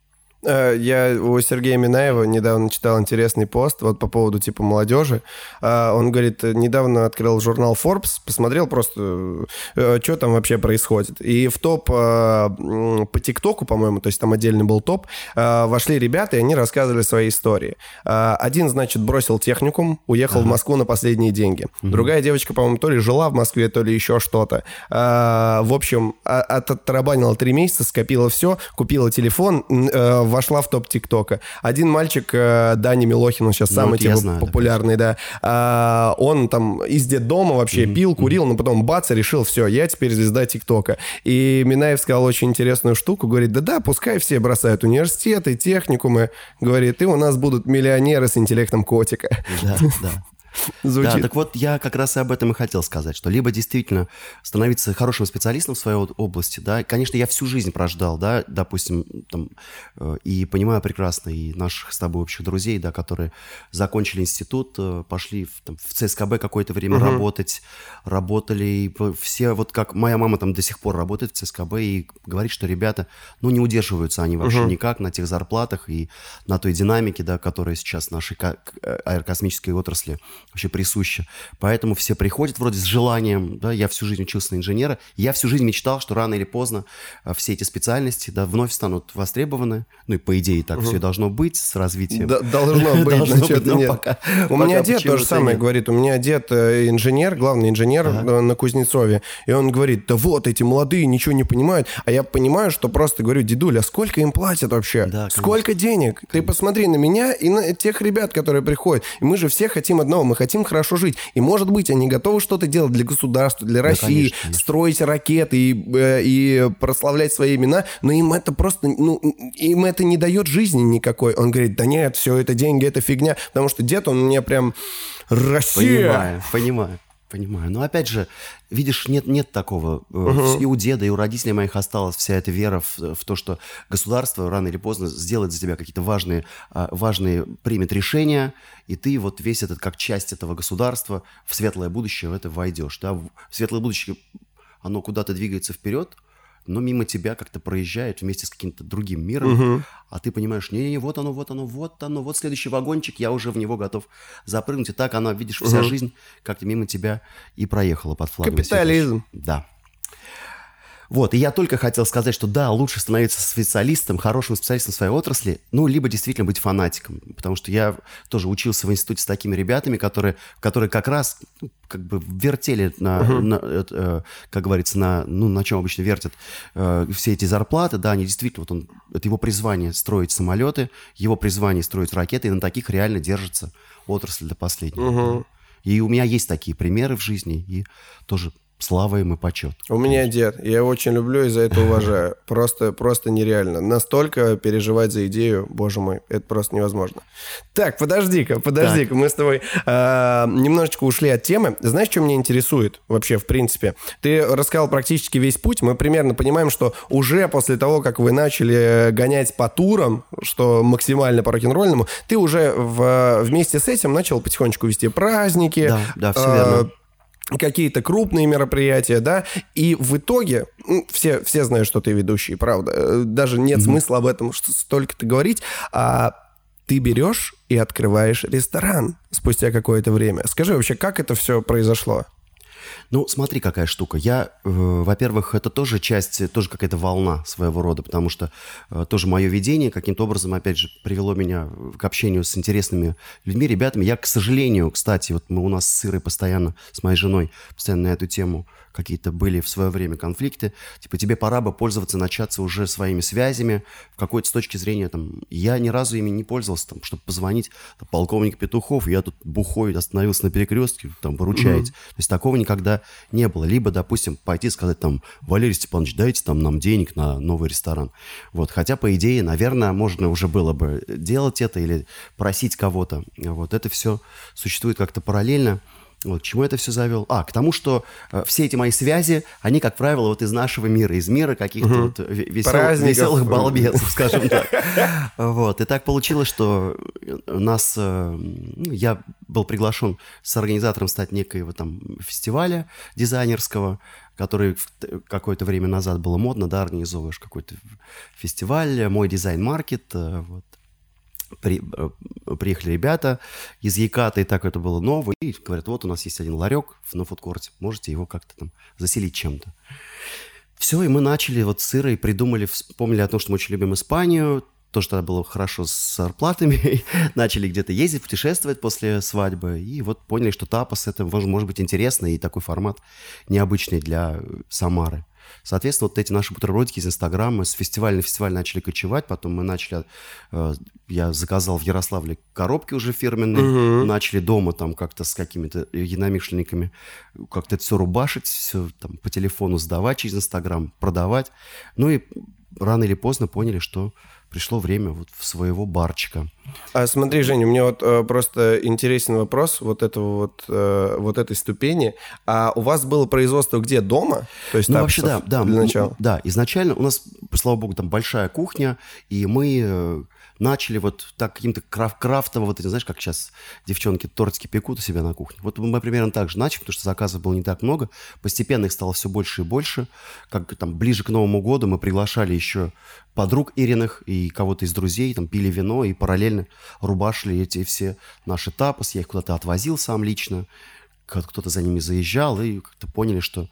Я у Сергея Минаева недавно читал интересный пост вот по поводу типа молодежи. Он говорит, недавно открыл журнал Forbes, посмотрел просто, что там вообще происходит. И в топ по ТикТоку, по-моему, то есть там отдельный был топ, вошли ребята, и они рассказывали свои истории. Один, значит, бросил техникум, уехал в Москву на последние деньги. Другая девочка, по-моему, то ли жила в Москве, то ли еще что-то. В общем, оттарабанила 3 месяца, скопила все, купила телефон, вошла в топ ТикТока. Один мальчик, Даня Милохин, он сейчас самый типа, популярный, да. Он там из детдома вообще пил, курил, но потом бац, и решил, все, я теперь звезда ТикТока. И Минаев сказал очень интересную штуку, говорит, да, пускай все бросают университеты, техникумы, говорит, и у нас будут миллионеры с интеллектом котика. Да. Звучит. Да, так вот я как раз и об этом и хотел сказать, что либо действительно становиться хорошим специалистом в своей области, да, конечно, я всю жизнь прождал, да, допустим, там, и понимаю прекрасно и наших с тобой общих друзей, да, которые закончили институт, пошли в ЦСКБ какое-то время работали, и все, вот как моя мама там до сих пор работает в ЦСКБ и говорит, что ребята, ну, не удерживаются они вообще никак на тех зарплатах и на той динамике, да, которая сейчас в нашей аэрокосмической отрасли вообще присуще. Поэтому все приходят вроде с желанием, да, я всю жизнь учился на инженера, я всю жизнь мечтал, что рано или поздно все эти специальности, да, вновь станут востребованы, ну и по идее так все и должно быть с развитием. Должно быть, значит, нет. У меня дед то же самое говорит, у меня дед инженер, главный инженер на Кузнецове, и он говорит, да вот эти молодые ничего не понимают, а я понимаю, что просто говорю, дедуля, сколько им платят вообще? Да, сколько денег? Ты посмотри на меня и на тех ребят, которые приходят, и мы же все хотим одного, мы хотим хорошо жить. И, может быть, они готовы что-то делать для государства, для России, конечно. Строить ракеты и прославлять свои имена, но им это просто, ну, им это не дает жизни никакой. Он говорит, да нет, все это деньги, это фигня. Потому что дед, он мне прям Россия. Понимаю. Но опять же, видишь, нет такого. И у деда, и у родителей моих осталась вся эта вера в то, что государство рано или поздно сделает за тебя какие-то важные примет решения, и ты вот весь этот, как часть этого государства, в светлое будущее в это войдешь. Да? В светлое будущее, оно куда-то двигается вперед, но мимо тебя как-то проезжает вместе с каким-то другим миром, а ты понимаешь, не, вот оно, вот следующий вагончик, я уже в него готов запрыгнуть, и так она, видишь, вся жизнь как-то мимо тебя и проехала под флагом. Капитализм. Да. Вот, и я только хотел сказать, что да, лучше становиться специалистом, хорошим специалистом в своей отрасли, ну, либо действительно быть фанатиком, потому что я тоже учился в институте с такими ребятами, которые как раз, ну, как бы вертели как говорится, на чем обычно вертят все эти зарплаты, да, они действительно, вот это его призвание строить самолеты, его призвание строить ракеты, и на таких реально держится отрасль до последнего. И у меня есть такие примеры в жизни, и тоже слава им и почет. У меня дед, я его очень люблю и за это уважаю. Просто нереально. Настолько переживать за идею, боже мой, это просто невозможно. Так, подожди-ка, мы с тобой немножечко ушли от темы. Знаешь, что меня интересует вообще, в принципе? Ты рассказал практически весь путь, мы примерно понимаем, что уже после того, как вы начали гонять по турам, что максимально по рок-н-ролльному, ты уже вместе с этим начал потихонечку вести праздники. Да, все верно. Какие-то крупные мероприятия, да, и в итоге, все знают, что ты ведущий, правда, даже нет смысла об этом столько-то говорить, а ты берешь и открываешь ресторан спустя какое-то время. Скажи вообще, как это все произошло? Ну, смотри, какая штука. Во-первых, это тоже тоже какая-то волна своего рода, потому что тоже мое видение каким-то образом, опять же, привело меня к общению с интересными людьми, ребятами. Я, к сожалению, кстати, вот у нас с Ирой постоянно, с моей женой, постоянно на эту тему какие-то были в свое время конфликты. Типа, тебе пора бы пользоваться, начаться уже своими связями. В какой-то с точки зрения, там, я ни разу ими не пользовался, там, чтобы позвонить, там, полковник Петухов, я тут бухой остановился на перекрестке, там, выручаете. То есть такого никогда не было. Либо, допустим, пойти сказать, там, Валерий Степанович, дайте там нам денег на новый ресторан. Вот. Хотя, по идее, наверное, можно уже было бы делать это или просить кого-то. Вот. Это все существует как-то параллельно. Вот, к чему это все завел? К тому, что все эти мои связи, они, как правило, вот из нашего мира, из мира каких-то вот веселых балбесов, скажем так. Вот. И так получилось, что я был приглашен с организатором стать некоего там фестиваля дизайнерского, который какое-то время назад было модно, да, организовываешь какой-то фестиваль, мой дизайн-маркет, вот. Приехали ребята из Екаты, и так это было ново, и говорят, вот у нас есть один ларек на фудкорте, можете его как-то там заселить чем-то. Все, и мы начали вот с Ирой, вспомнили о том, что мы очень любим Испанию, то, что тогда было хорошо с зарплатами, начали где-то ездить, путешествовать после свадьбы, и вот поняли, что тапос это может быть интересно, и такой формат необычный для Самары. Соответственно, вот эти наши бутербродики из Инстаграма, с фестиваля на фестиваль начали кочевать, потом мы начали, я заказал в Ярославле коробки уже фирменные, начали дома там как-то с какими-то единомышленниками как-то это все рубашить, все там по телефону сдавать через Инстаграм, продавать. Ну и рано или поздно поняли, что пришло время вот в своего барчика. Смотри, Женя, у меня вот просто интересен вопрос вот этой ступени. А у вас было производство где? Дома? То есть вообще, да. Для начала? Да, изначально у нас, слава богу, там большая кухня, и мы начали вот так каким-то крафтово, вот, знаешь, как сейчас девчонки тортики пекут у себя на кухне. Вот мы примерно так же начали, потому что заказов было не так много. Постепенно их стало все больше и больше. Как там ближе к Новому году мы приглашали еще подруг Ириных и кого-то из друзей, там пили вино и параллельно рубашили эти все наши тапосы. Я их куда-то отвозил сам лично. Кто-то за ними заезжал, и как-то поняли, что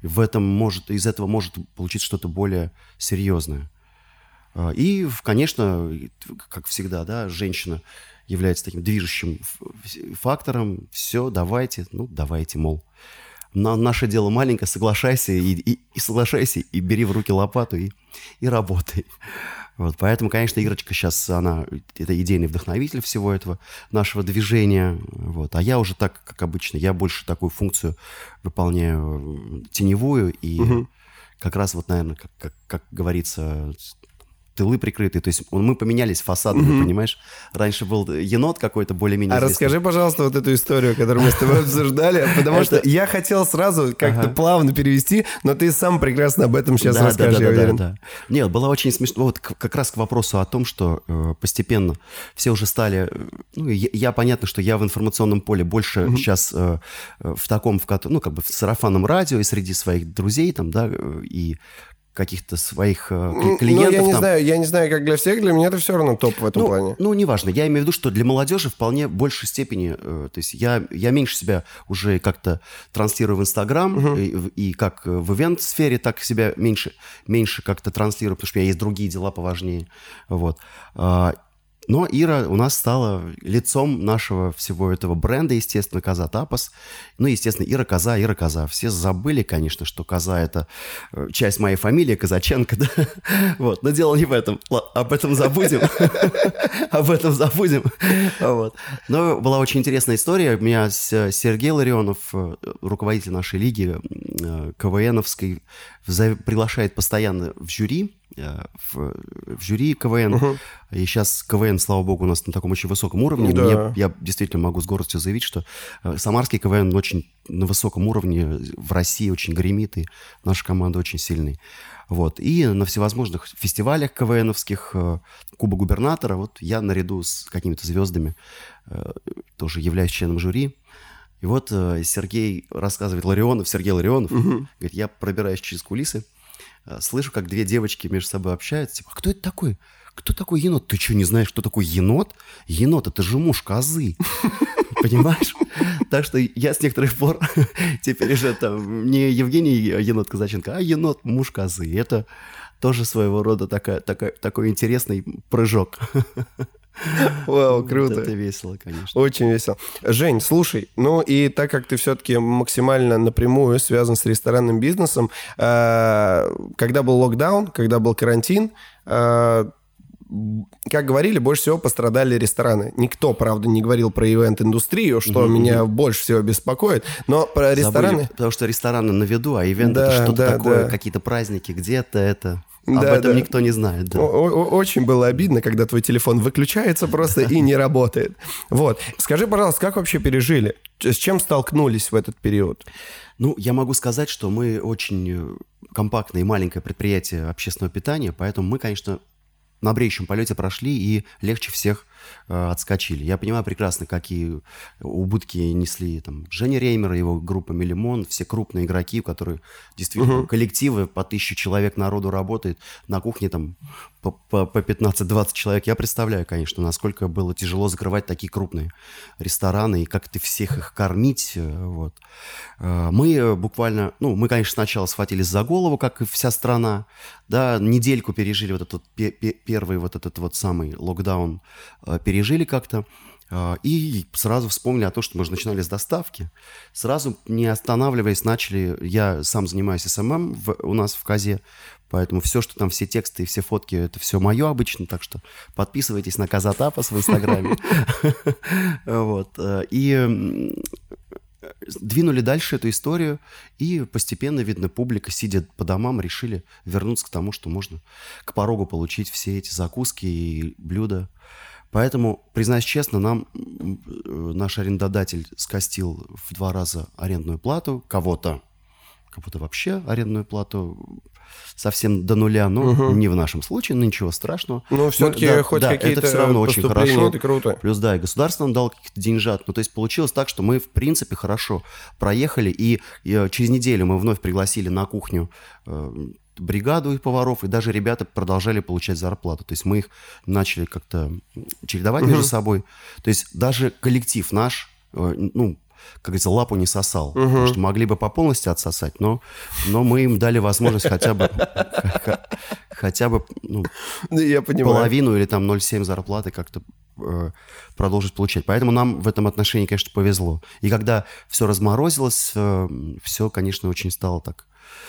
из этого может получиться что-то более серьезное. И, конечно, как всегда, да, женщина является таким движущим фактором. Все, давайте, мол. Наше дело маленькое, соглашайся и соглашайся, и бери в руки лопату, и работай. Вот, поэтому, конечно, Ирочка сейчас, это идейный вдохновитель всего этого нашего движения. Вот. А я уже так, как обычно, я больше такую функцию выполняю теневую, и как раз вот, наверное, как говорится, тылы прикрытые. То есть мы поменялись фасадами, понимаешь? Раньше был енот какой-то более-менее известный. Расскажи, пожалуйста, вот эту историю, которую мы с тобой обсуждали, потому что я хотел сразу как-то плавно перевести, но ты сам прекрасно об этом сейчас расскажешь, я уверен. Да. Нет, было очень смешно. Вот как раз к вопросу о том, что постепенно все уже стали... Я понятно, что я в информационном поле больше сейчас в таком, как бы в сарафанном радио и среди своих друзей там, да, и каких-то своих клиентов. Я не знаю, как для всех, для меня это все равно топ в этом плане. Неважно. Я имею в виду, что для молодежи вполне в большей степени, то есть я меньше себя уже как-то транслирую в Инстаграм, и как в ивент-сфере, так себя меньше как-то транслирую, потому что у меня есть другие дела поважнее. Вот. Но Ира у нас стала лицом нашего всего этого бренда, естественно, Коза Тапас. Ну, естественно, Ира Коза. Все забыли, конечно, что Коза — это часть моей фамилии, Казаченко, да? Вот, но дело не в этом. Об этом забудем. Об этом забудем. Вот. Но была очень интересная история. Меня Сергей Ларионов, руководитель нашей лиги КВНовской, приглашает постоянно в жюри, в жюри КВН. И сейчас КВН, слава богу, у нас на таком очень высоком уровне. Да. Я действительно могу с гордостью заявить, что самарский КВН очень на высоком уровне, в России очень гремит, и наша команда очень сильная. Вот. И на всевозможных фестивалях КВНовских, Куба губернатора, вот я наряду с какими-то звездами тоже являюсь членом жюри. И вот Сергей рассказывает, Сергей Ларионов, говорит, я пробираюсь через кулисы, слышу, как две девочки между собой общаются, типа, а кто это такой? Кто такой енот? Ты что, не знаешь, кто такой енот? Енот — это же муж Козы. Понимаешь? Так что я с некоторых пор теперь уже там не Евгений енот Казаченко, а енот муж Козы. И это тоже своего рода такой интересный прыжок. Вау, круто. Это весело, конечно. Очень весело. Жень, слушай, ну и так как ты все-таки максимально напрямую связан с ресторанным бизнесом, когда был локдаун, когда был карантин, как говорили, больше всего пострадали рестораны. Никто, правда, не говорил про ивент-индустрию, что меня больше всего беспокоит, но про рестораны... Забыли, потому что рестораны на виду, а ивент — это что-то такое, какие-то праздники, где-то это... Об этом никто не знает. Да. Очень было обидно, когда твой телефон выключается просто и не работает. Вот. Скажи, пожалуйста, как вообще пережили? С чем столкнулись в этот период? Ну, я могу сказать, что мы очень компактное и маленькое предприятие общественного питания, поэтому мы, конечно, на бреющем полете прошли и легче всех отскочили. Я понимаю прекрасно, какие убытки несли там Женя Реймер, его группа «Мелимон», все крупные игроки, которые действительно коллективы по 1000 человек народу работает, на кухне там по 15-20 человек. Я представляю, конечно, насколько было тяжело закрывать такие крупные рестораны и как ты всех их кормить. Вот. Мы буквально, мы, конечно, сначала схватились за голову, как и вся страна, да, недельку пережили вот этот первый вот этот вот самый локдаун, пережили как-то, и сразу вспомнили о том, что мы же начинали с доставки. Сразу, не останавливаясь, начали... Я сам занимаюсь СММ у нас в Козе, поэтому все, что там, все тексты и все фотки, это все мое обычно, так что подписывайтесь на Коза Тапас в Инстаграме. И двинули дальше эту историю, и постепенно, видно, публика, сидя по домам, решили вернуться к тому, что можно к порогу получить все эти закуски и блюда. Поэтому, признаюсь честно, нам наш арендодатель скостил в 2 раза арендную плату, кого-то вообще арендную плату совсем до нуля, но не в нашем случае, но ничего страшного. Но все-таки хоть какие-то это все равно очень хорошо. Это круто. Плюс, да, и государство нам дало каких-то деньжат. Ну, то есть получилось так, что мы, в принципе, хорошо проехали, и через неделю мы вновь пригласили на кухню бригаду их поваров, и даже ребята продолжали получать зарплату. То есть мы их начали как-то чередовать между собой. То есть даже коллектив наш, как говорится, лапу не сосал. Потому что могли бы по полностью отсосать, но мы им дали возможность хотя бы я понимаю, половину или там 0,7 зарплаты как-то продолжить получать. Поэтому нам в этом отношении, конечно, повезло. И когда все разморозилось, все, конечно, очень стало так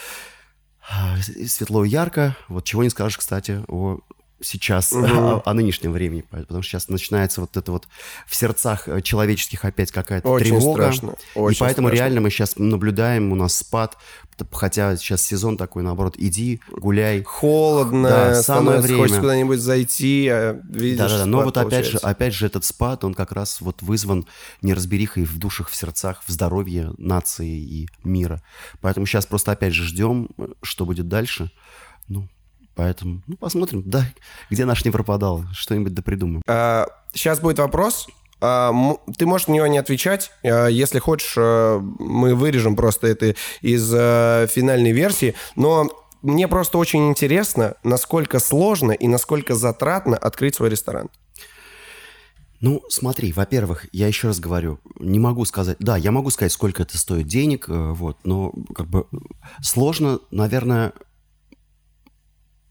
светло и ярко. Вот чего не скажешь, кстати, сейчас о нынешнем времени, потому что сейчас начинается вот это вот в сердцах человеческих опять какая-то очень тревога. Страшно. И поэтому реально мы сейчас наблюдаем, у нас спад, хотя сейчас сезон такой, наоборот, иди, гуляй. Холодно, самое время. Хочется куда-нибудь зайти, видишь, да. Но вот опять же этот спад, он как раз вот вызван неразберихой в душах, в сердцах, в здоровье нации и мира. Поэтому сейчас просто опять же ждем, что будет дальше. Поэтому, посмотрим, да, где наш не пропадал, что-нибудь да придумаем. Сейчас будет вопрос. Ты можешь на него не отвечать. Если хочешь, мы вырежем просто это из финальной версии. Но мне просто очень интересно, насколько сложно и насколько затратно открыть свой ресторан. Смотри, во-первых, я еще раз говорю, не могу сказать... Да, я могу сказать, сколько это стоит денег, но как бы сложно, наверное...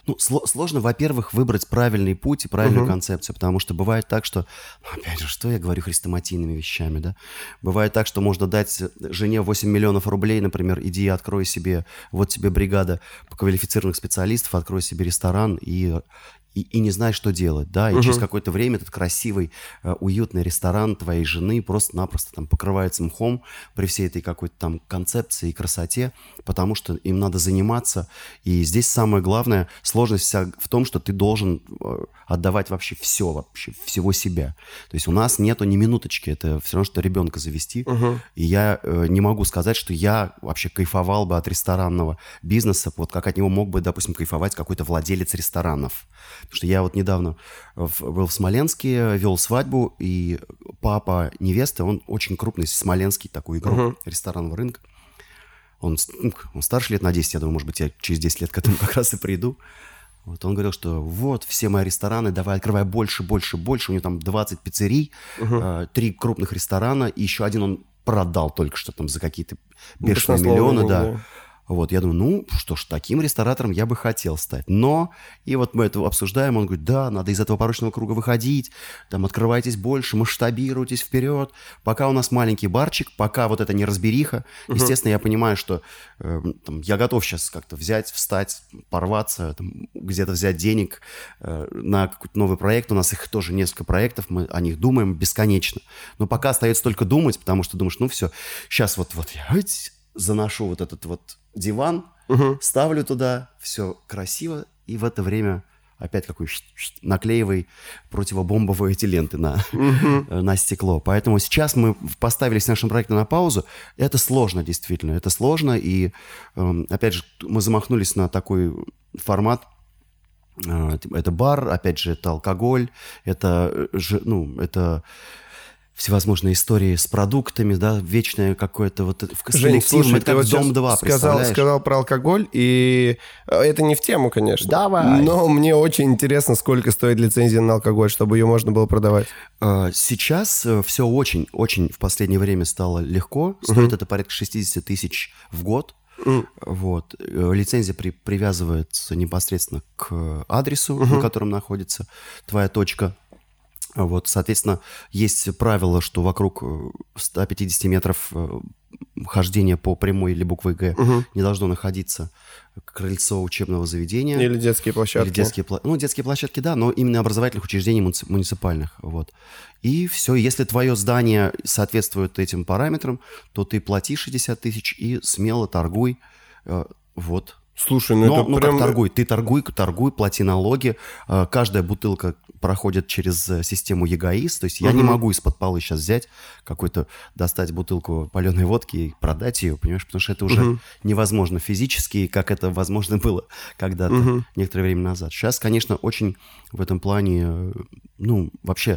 Ну, сложно, во-первых, выбрать правильный путь и правильную концепцию, потому что бывает так, что, опять же, что я говорю хрестоматийными вещами, да? Бывает так, что можно дать жене 8 миллионов рублей, например, иди открой себе, вот тебе бригада квалифицированных специалистов, открой себе ресторан и не знаешь, что делать, да, и через какое-то время этот красивый, уютный ресторан твоей жены просто-напросто там покрывается мхом при всей этой какой-то там концепции и красоте, потому что им надо заниматься, и здесь самое главное, сложность вся в том, что ты должен отдавать вообще всего себя. То есть у нас нету ни минуточки, это все равно, что ребенка завести, и я не могу сказать, что я вообще кайфовал бы от ресторанного бизнеса, вот как от него мог бы, допустим, кайфовать какой-то владелец ресторанов. Потому что я вот недавно был в Смоленске, вел свадьбу, и папа невесты, он очень крупный смоленский такой игрок ресторанного рынка. Он старше лет на 10, я думаю, может быть, я через 10 лет к этому как раз и приду. Вот он говорил, что вот, все мои рестораны, давай, открывай больше. У него там 20 пиццерий, 3 крупных ресторана, и еще один он продал только что там за какие-то бешеные миллионы, да. Вот, я думаю, ну, что ж, таким ресторатором я бы хотел стать. Но, и вот мы это обсуждаем, он говорит, да, надо из этого порочного круга выходить, там, открывайтесь больше, масштабируйтесь вперед. Пока у нас маленький барчик, пока вот это неразбериха, естественно, я понимаю, что там, я готов сейчас как-то взять, встать, порваться, там, где-то взять денег на какой-то новый проект. У нас их тоже несколько проектов, мы о них думаем бесконечно. Но пока остается только думать, потому что думаешь, ну, все, сейчас вот я заношу вот этот вот диван, ставлю туда, все красиво, и в это время опять наклеивай противобомбовые эти ленты на стекло. Поэтому сейчас мы поставили с нашим проектом на паузу. Это сложно, действительно, это сложно, и опять же мы замахнулись на такой формат. Это бар, опять же, это алкоголь, это всевозможные истории с продуктами, да, вечное какое-то вот... Жень, слушай, это как вот «Дом-2», сказал про алкоголь, и это не в тему, конечно. Давай! Но мне очень интересно, сколько стоит лицензия на алкоголь, чтобы ее можно было продавать. Сейчас все очень в последнее время стало легко. Стоит это порядка 60 тысяч в год. Вот. Лицензия привязывается непосредственно к адресу, на котором находится твоя точка. Вот, соответственно, есть правило, что вокруг 150 метров хождения по прямой или буквой «Г» не должно находиться крыльцо учебного заведения. Или детские площадки. Детские площадки, да, но именно образовательных учреждений муниципальных. Вот. И все, если твое здание соответствует этим параметрам, то ты плати 60 тысяч и смело торгуй. Вот. Слушай, это прям... как торгуй? Ты торгуй, плати налоги. Каждая бутылка проходит через систему ЕГАИС. То есть я не могу из-под полы сейчас взять достать бутылку паленой водки и продать ее, понимаешь? Потому что это уже невозможно физически, как это возможно было когда-то, некоторое время назад. Сейчас, конечно, очень в этом плане, вообще...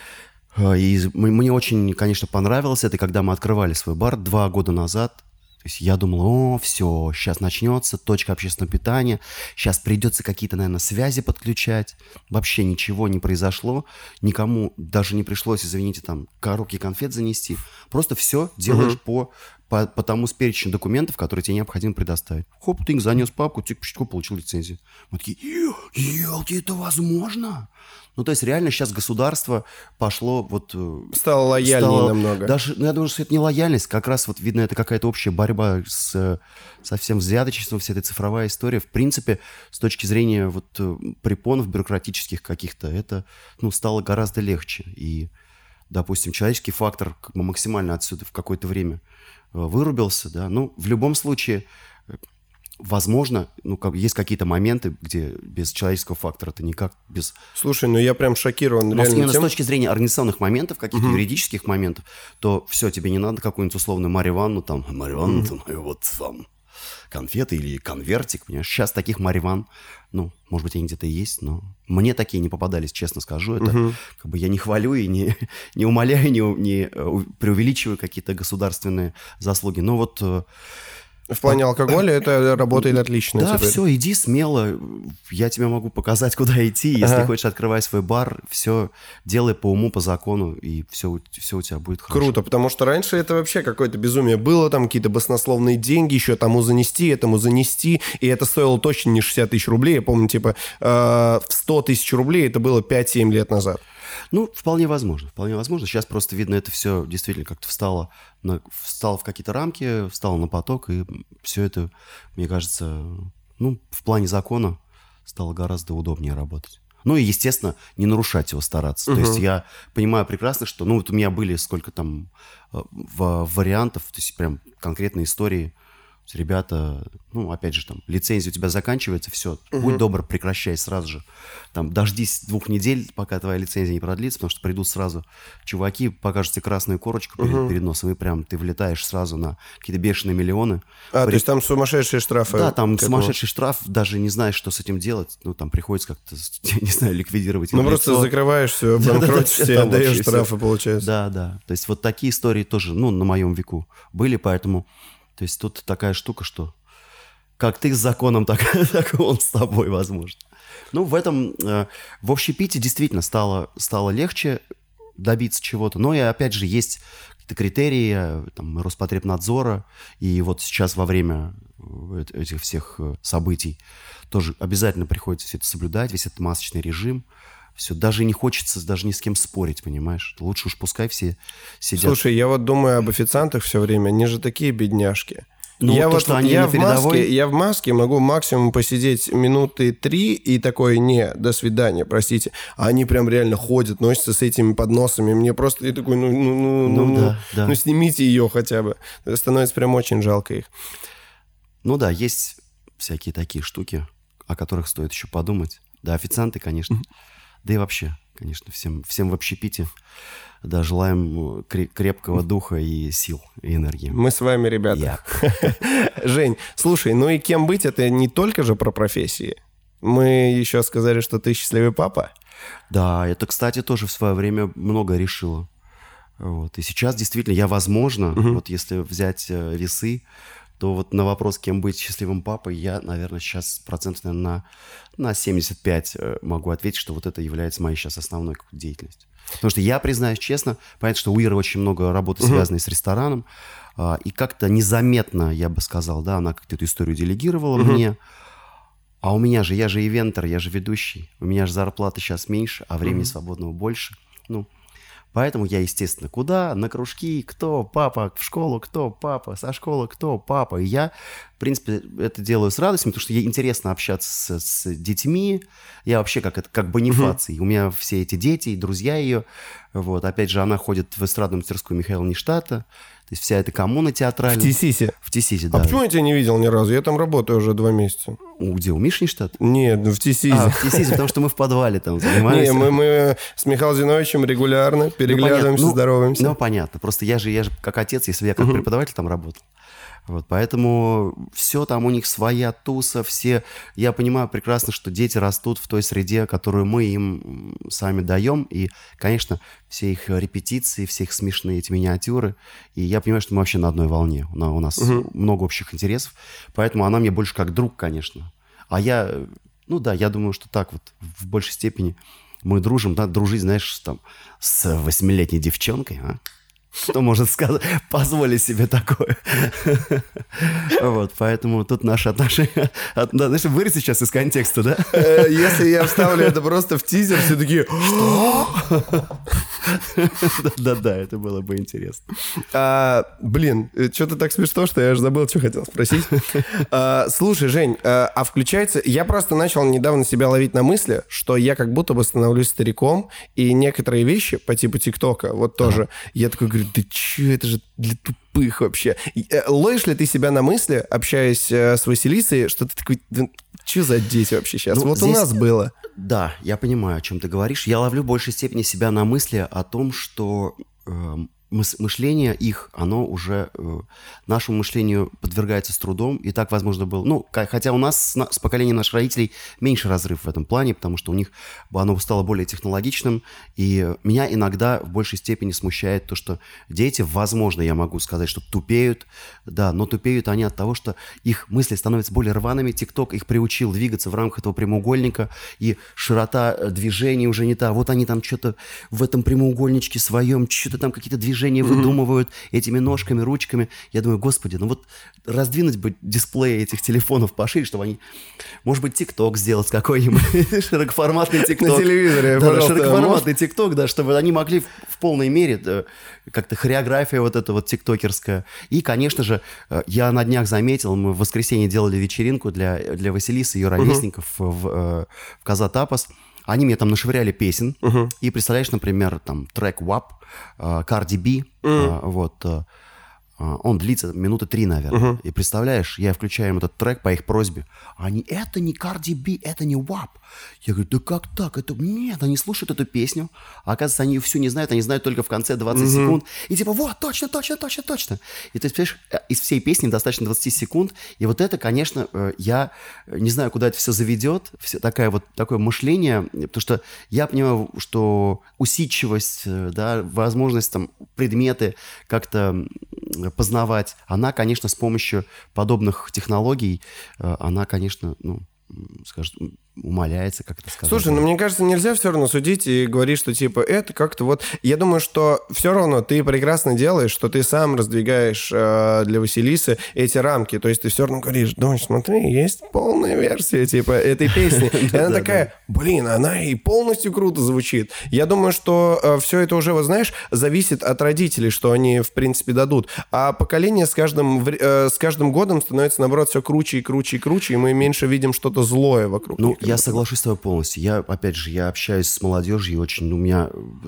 И мне очень, конечно, понравилось это, когда мы открывали свой бар 2 года назад. То есть я думал, все, сейчас начнется точка общественного питания, сейчас придется какие-то, наверное, связи подключать. Вообще ничего не произошло, никому даже не пришлось, извините, там, коробки конфет занести. Просто все делаешь по тому перечню документов, которые тебе необходимо предоставить. Хоп, ты занес папку, получил лицензию. Мы такие, елки, это возможно? Ну, то есть реально сейчас государство пошло стало лояльнее намного. Даже, я думаю, что это не лояльность, как раз видно, это какая-то общая борьба со всем взяточеством, вся эта цифровая история. В принципе, с точки зрения препонов бюрократических каких-то, это, стало гораздо легче. И, допустим, человеческий фактор максимально отсюда в какое-то время вырубился, да. В любом случае... Возможно, есть какие-то моменты, где без человеческого фактора ты никак без... Слушай, я прям шокирован. Но именно с точки зрения организационных моментов, каких-то юридических моментов, то все, тебе не надо какую-нибудь условную Марью Ивановну, конфеты или конвертик, понимаешь? Сейчас таких Марья Ивановн, может быть, они где-то и есть, но мне такие не попадались, честно скажу. Это я не хвалю и не умаляю, не преувеличиваю какие-то государственные заслуги. Но В плане алкоголя это работает отлично. Да, теперь. все, иди смело. Я тебе могу показать, куда идти. Если хочешь, открывай свой бар, все делай по уму, по закону, и все у тебя будет хорошо. Круто, потому что раньше это вообще какое-то безумие было, там какие-то баснословные деньги, еще тому занести, этому занести, и это стоило точно не 60 тысяч рублей. Я помню, типа, 100 тысяч рублей это было 5-7 лет назад. Ну, вполне возможно, вполне возможно. Сейчас просто видно, это все действительно как-то встало в какие-то рамки, встало на поток, и все это, мне кажется, ну, в плане закона стало гораздо удобнее работать. Ну и, естественно, не нарушать его стараться. То есть я понимаю прекрасно, что, ну, вот у меня были сколько там вариантов, то есть прям конкретные истории. Ребята, ну, опять же, там, лицензия у тебя заканчивается, все, будь добр, прекращай сразу же. Там, дождись 2 недель, пока твоя лицензия не продлится, потому что придут сразу чуваки, покажут тебе красную корочку перед носом, и прям ты влетаешь сразу на какие-то бешеные миллионы. То есть там сумасшедшие штрафы? Да, там сумасшедший штраф, даже не знаешь, что с этим делать. Ну, там приходится как-то, не знаю, ликвидировать. Ну, просто закрываешь все, банкротишься и отдаешь штрафы, получается. Да. То есть вот такие истории тоже, ну, на моем веку были, поэтому... То есть тут такая штука, что как ты с законом, так он с тобой, возможно. Ну, в этом, в общепите действительно стало легче добиться чего-то. Но и, опять же, есть какие-то критерии там, Роспотребнадзора. И вот сейчас во время этих всех событий тоже обязательно приходится все это соблюдать, весь этот масочный режим. Все, даже не хочется даже ни с кем спорить, понимаешь? Лучше уж пускай все сидят. Слушай, я вот думаю об официантах все время, они же такие бедняжки. Ну, я то, вот, что они я на передовой... я в маске могу максимум посидеть 3 минуты и такой, не, до свидания, простите. А они прям реально ходят, носятся с этими подносами. Мне просто, я такой, да. ну снимите ее хотя бы. Становится прям очень жалко их. Ну да, есть всякие такие штуки, о которых стоит еще подумать. Да, официанты, конечно. Да и вообще, конечно, всем в общепите, да, желаем крепкого духа и сил, и энергии. Мы с вами, ребята. Жень, слушай, ну и кем быть, это не только же про профессии. Мы еще сказали, что ты счастливый папа. Да, это, кстати, тоже в свое время много решило. Вот. И сейчас действительно я, возможно, вот если взять весы, то вот на вопрос, кем быть счастливым папой, я, наверное, сейчас процентов, наверное, на 75 могу ответить, что вот это является моей сейчас основной деятельностью. Потому что я, признаюсь честно, понятно, что у Иры очень много работы, связанной с рестораном, и как-то незаметно, я бы сказал, да, она как-то эту историю делегировала мне. А у меня же, я же ивентер, я же ведущий, у меня же зарплата сейчас меньше, а времени свободного больше. Ну, поэтому я, естественно, куда? На кружки, кто папа, в школу, кто папа, со школы, кто папа. И я, в принципе, это делаю с радостью, потому что ей интересно общаться с детьми. Я вообще как бонифаций. У меня все эти дети и друзья ее. Вот. Опять же, она ходит в эстрадную мастерскую Михаила Ништадта. То есть вся эта коммуна театральная. В Тисисе? В Тисисе, да. А почему я тебя не видел ни разу? Я там работаю уже 2 месяца. Где, у Миши Ништадта? Нет, в Тисисе. В Тисисе, потому что мы в подвале там занимаемся. Не, мы с Михаилом Зиновичем регулярно переглядываемся, здороваемся. Ну, понятно. Просто я же как отец, если я как преподаватель там работал. Вот, поэтому все там у них своя туса, все... Я понимаю прекрасно, что дети растут в той среде, которую мы им сами даем. И, конечно, все их репетиции, все их смешные эти миниатюры. И я понимаю, что мы вообще на одной волне. У нас много общих интересов. Поэтому она мне больше как друг, конечно. А я... Ну да, я думаю, что так вот в большей степени мы дружим. Да, дружить, знаешь, там с 8-летней девчонкой, а? Кто может сказать, позволить себе такое? Вот, поэтому тут наши отношения... Знаешь, вырез сейчас из контекста, да? Если я вставлю это просто в тизер, все такие... Что? Да-да, это было бы интересно. Блин, что-то так смешно, что я аж забыл, что хотел спросить. Слушай, Жень, а включается... Я просто начал недавно себя ловить на мысли, что я как будто бы становлюсь стариком, и некоторые вещи по типу ТикТока, вот тоже, я такой говорю, да че, это же для тупых вообще. Ловишь ли ты себя на мысли, общаясь с Василисой, что ты такой, да, что за дети вообще сейчас? Ну, вот здесь... у нас было. Да, я понимаю, о чем ты говоришь. Я ловлю в большей степени себя на мысли о том, что мышление их, оно уже нашему мышлению подвергается с трудом, и так, возможно, было. Ну, хотя у нас с поколением наших родителей меньше разрыв в этом плане, потому что у них оно стало более технологичным, и меня иногда в большей степени смущает то, что дети, возможно, я могу сказать, что тупеют, да, но тупеют они от того, что их мысли становятся более рваными, ТикТок их приучил двигаться в рамках этого прямоугольника, и широта движений уже не та. Вот они там что-то в этом прямоугольничке своем, что-то там какие-то движения выдумывают этими ножками, ручками. Я думаю, господи, ну вот раздвинуть бы дисплеи этих телефонов пошире, чтобы они, может быть, ТикТок сделать какой-нибудь, широкоформатный ТикТок. На телевизоре, да, широкоформатный ТикТок, да, чтобы они могли в полной мере как-то хореография вот эта вот тиктокерская. И, конечно же, я на днях заметил, мы в воскресенье делали вечеринку для Василисы, ее ровесников в Каза Тапас. Они мне там нашвыряли песен. И представляешь, например, там трек WAP, Cardi B, вот, он длится минуты 3, наверное. И представляешь, я включаю им этот трек по их просьбе. Они, это не Cardi B, это не WAP. Я говорю, да как так? Это... Нет, они слушают эту песню. А оказывается, они ее всю не знают, они знают только в конце 20 секунд. И типа, вот, точно. И ты понимаешь, из всей песни достаточно 20 секунд. И вот это, конечно, я не знаю, куда это все заведет. Такое мышление. Потому что я понимаю, что усидчивость, да, возможность там предметы как-то познавать, она, конечно, с помощью подобных технологий, она, конечно, ну, скажем, умаляется, как это сказать. Слушай, ну мне кажется, нельзя все равно судить и говорить, что типа это как-то вот... Я думаю, что все равно ты прекрасно делаешь, что ты сам раздвигаешь для Василисы эти рамки. То есть ты все равно говоришь, дочь, смотри, есть полная версия типа этой песни. И она такая, блин, она и полностью круто звучит. Я думаю, что все это уже, вот знаешь, зависит от родителей, что они, в принципе, дадут. А поколение с каждым годом становится, наоборот, все круче и круче и круче, и мы меньше видим что-то злое вокруг. Ну, я соглашусь с тобой полностью. Я, опять же, я общаюсь с молодежью, и очень, у меня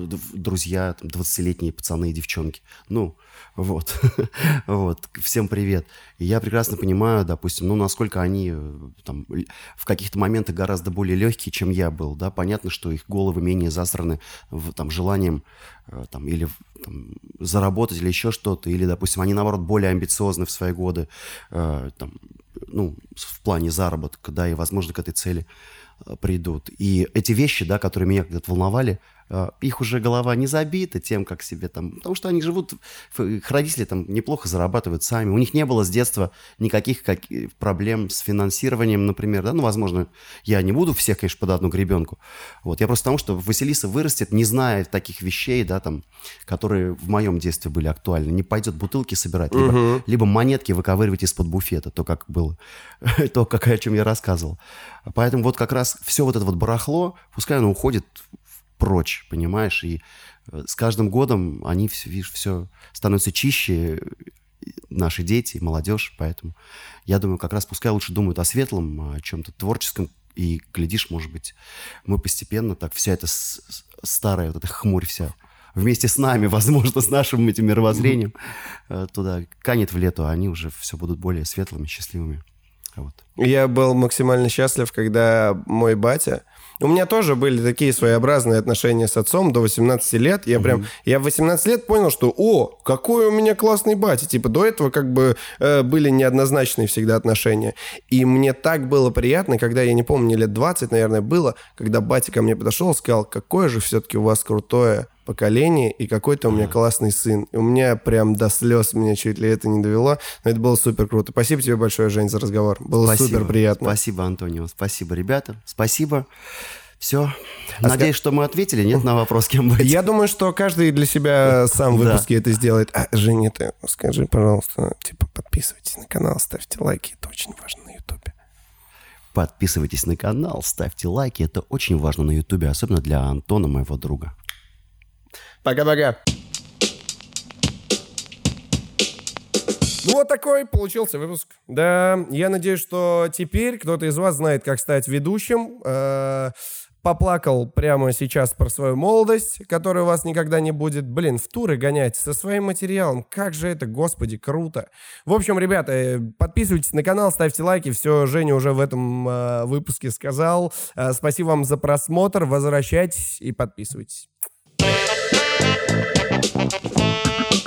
друзья, там, 20-летние пацаны и девчонки. Ну, вот. Вот. Всем привет. И я прекрасно понимаю, допустим, ну, насколько они там в каких-то моментах гораздо более легкие, чем я был, да. Понятно, что их головы менее засраны там желанием там, или там, заработать, или еще что-то, или, допустим, они, наоборот, более амбициозны в свои годы, там, ну, в плане заработка, да, и, возможно, к этой цели придут. И эти вещи, да, которые меня когда-то волновали, их уже голова не забита тем, как себе там... Потому что они живут... Их родители там неплохо зарабатывают сами. У них не было с детства никаких проблем с финансированием, например. Да? Ну, возможно, я не буду всех, конечно, под одну гребенку. Вот. Я просто потому, что Василиса вырастет, не зная таких вещей, да, там, которые в моем детстве были актуальны. Не пойдет бутылки собирать, либо монетки выковыривать из-под буфета. То, как было. То, о чем я рассказывал. Поэтому вот как раз все вот это вот барахло, пускай оно уходит прочь, понимаешь, и с каждым годом они, видишь, все становятся чище, наши дети, молодежь, поэтому я думаю, как раз пускай лучше думают о светлом, о чем-то творческом, и, глядишь, может быть, мы постепенно так вся эта старая вот эта хмурь вся вместе с нами, возможно, с нашим этим мировоззрением туда канет в лету, а они уже все будут более светлыми, счастливыми. Вот. Я был максимально счастлив, когда мой батя... У меня тоже были такие своеобразные отношения с отцом до 18 лет. Я в 18 лет понял, что какой у меня классный батя. Типа до этого как бы были неоднозначные всегда отношения. И мне так было приятно, когда, я не помню, мне лет 20, наверное, было, когда батя ко мне подошел и сказал, какое же все-таки у вас крутое поколение, и какой-то у меня классный сын. И у меня прям до слез меня чуть ли это не довело. Но это было супер круто. Спасибо тебе большое, Жень, за разговор. Было супер приятно. Спасибо, Антонио. Спасибо, ребята. Спасибо. Все. Надеюсь, что мы ответили, нет, на вопрос, кем быть. Я думаю, что каждый для себя сам в выпуске это сделает. Женя, ты скажи, пожалуйста, типа подписывайтесь на канал, ставьте лайки. Это очень важно на Ютубе. Подписывайтесь на канал, ставьте лайки. Это очень важно на Ютубе, особенно для Антона, моего друга. Пока-пока. Ну, вот такой получился выпуск. Да, я надеюсь, что теперь кто-то из вас знает, как стать ведущим. Поплакал прямо сейчас про свою молодость, которая у вас никогда не будет. Блин, в туры гонять со своим материалом. Как же это, господи, круто. В общем, ребята, подписывайтесь на канал, ставьте лайки. Все, Женя уже в этом выпуске сказал. Спасибо вам за просмотр. Возвращайтесь и подписывайтесь.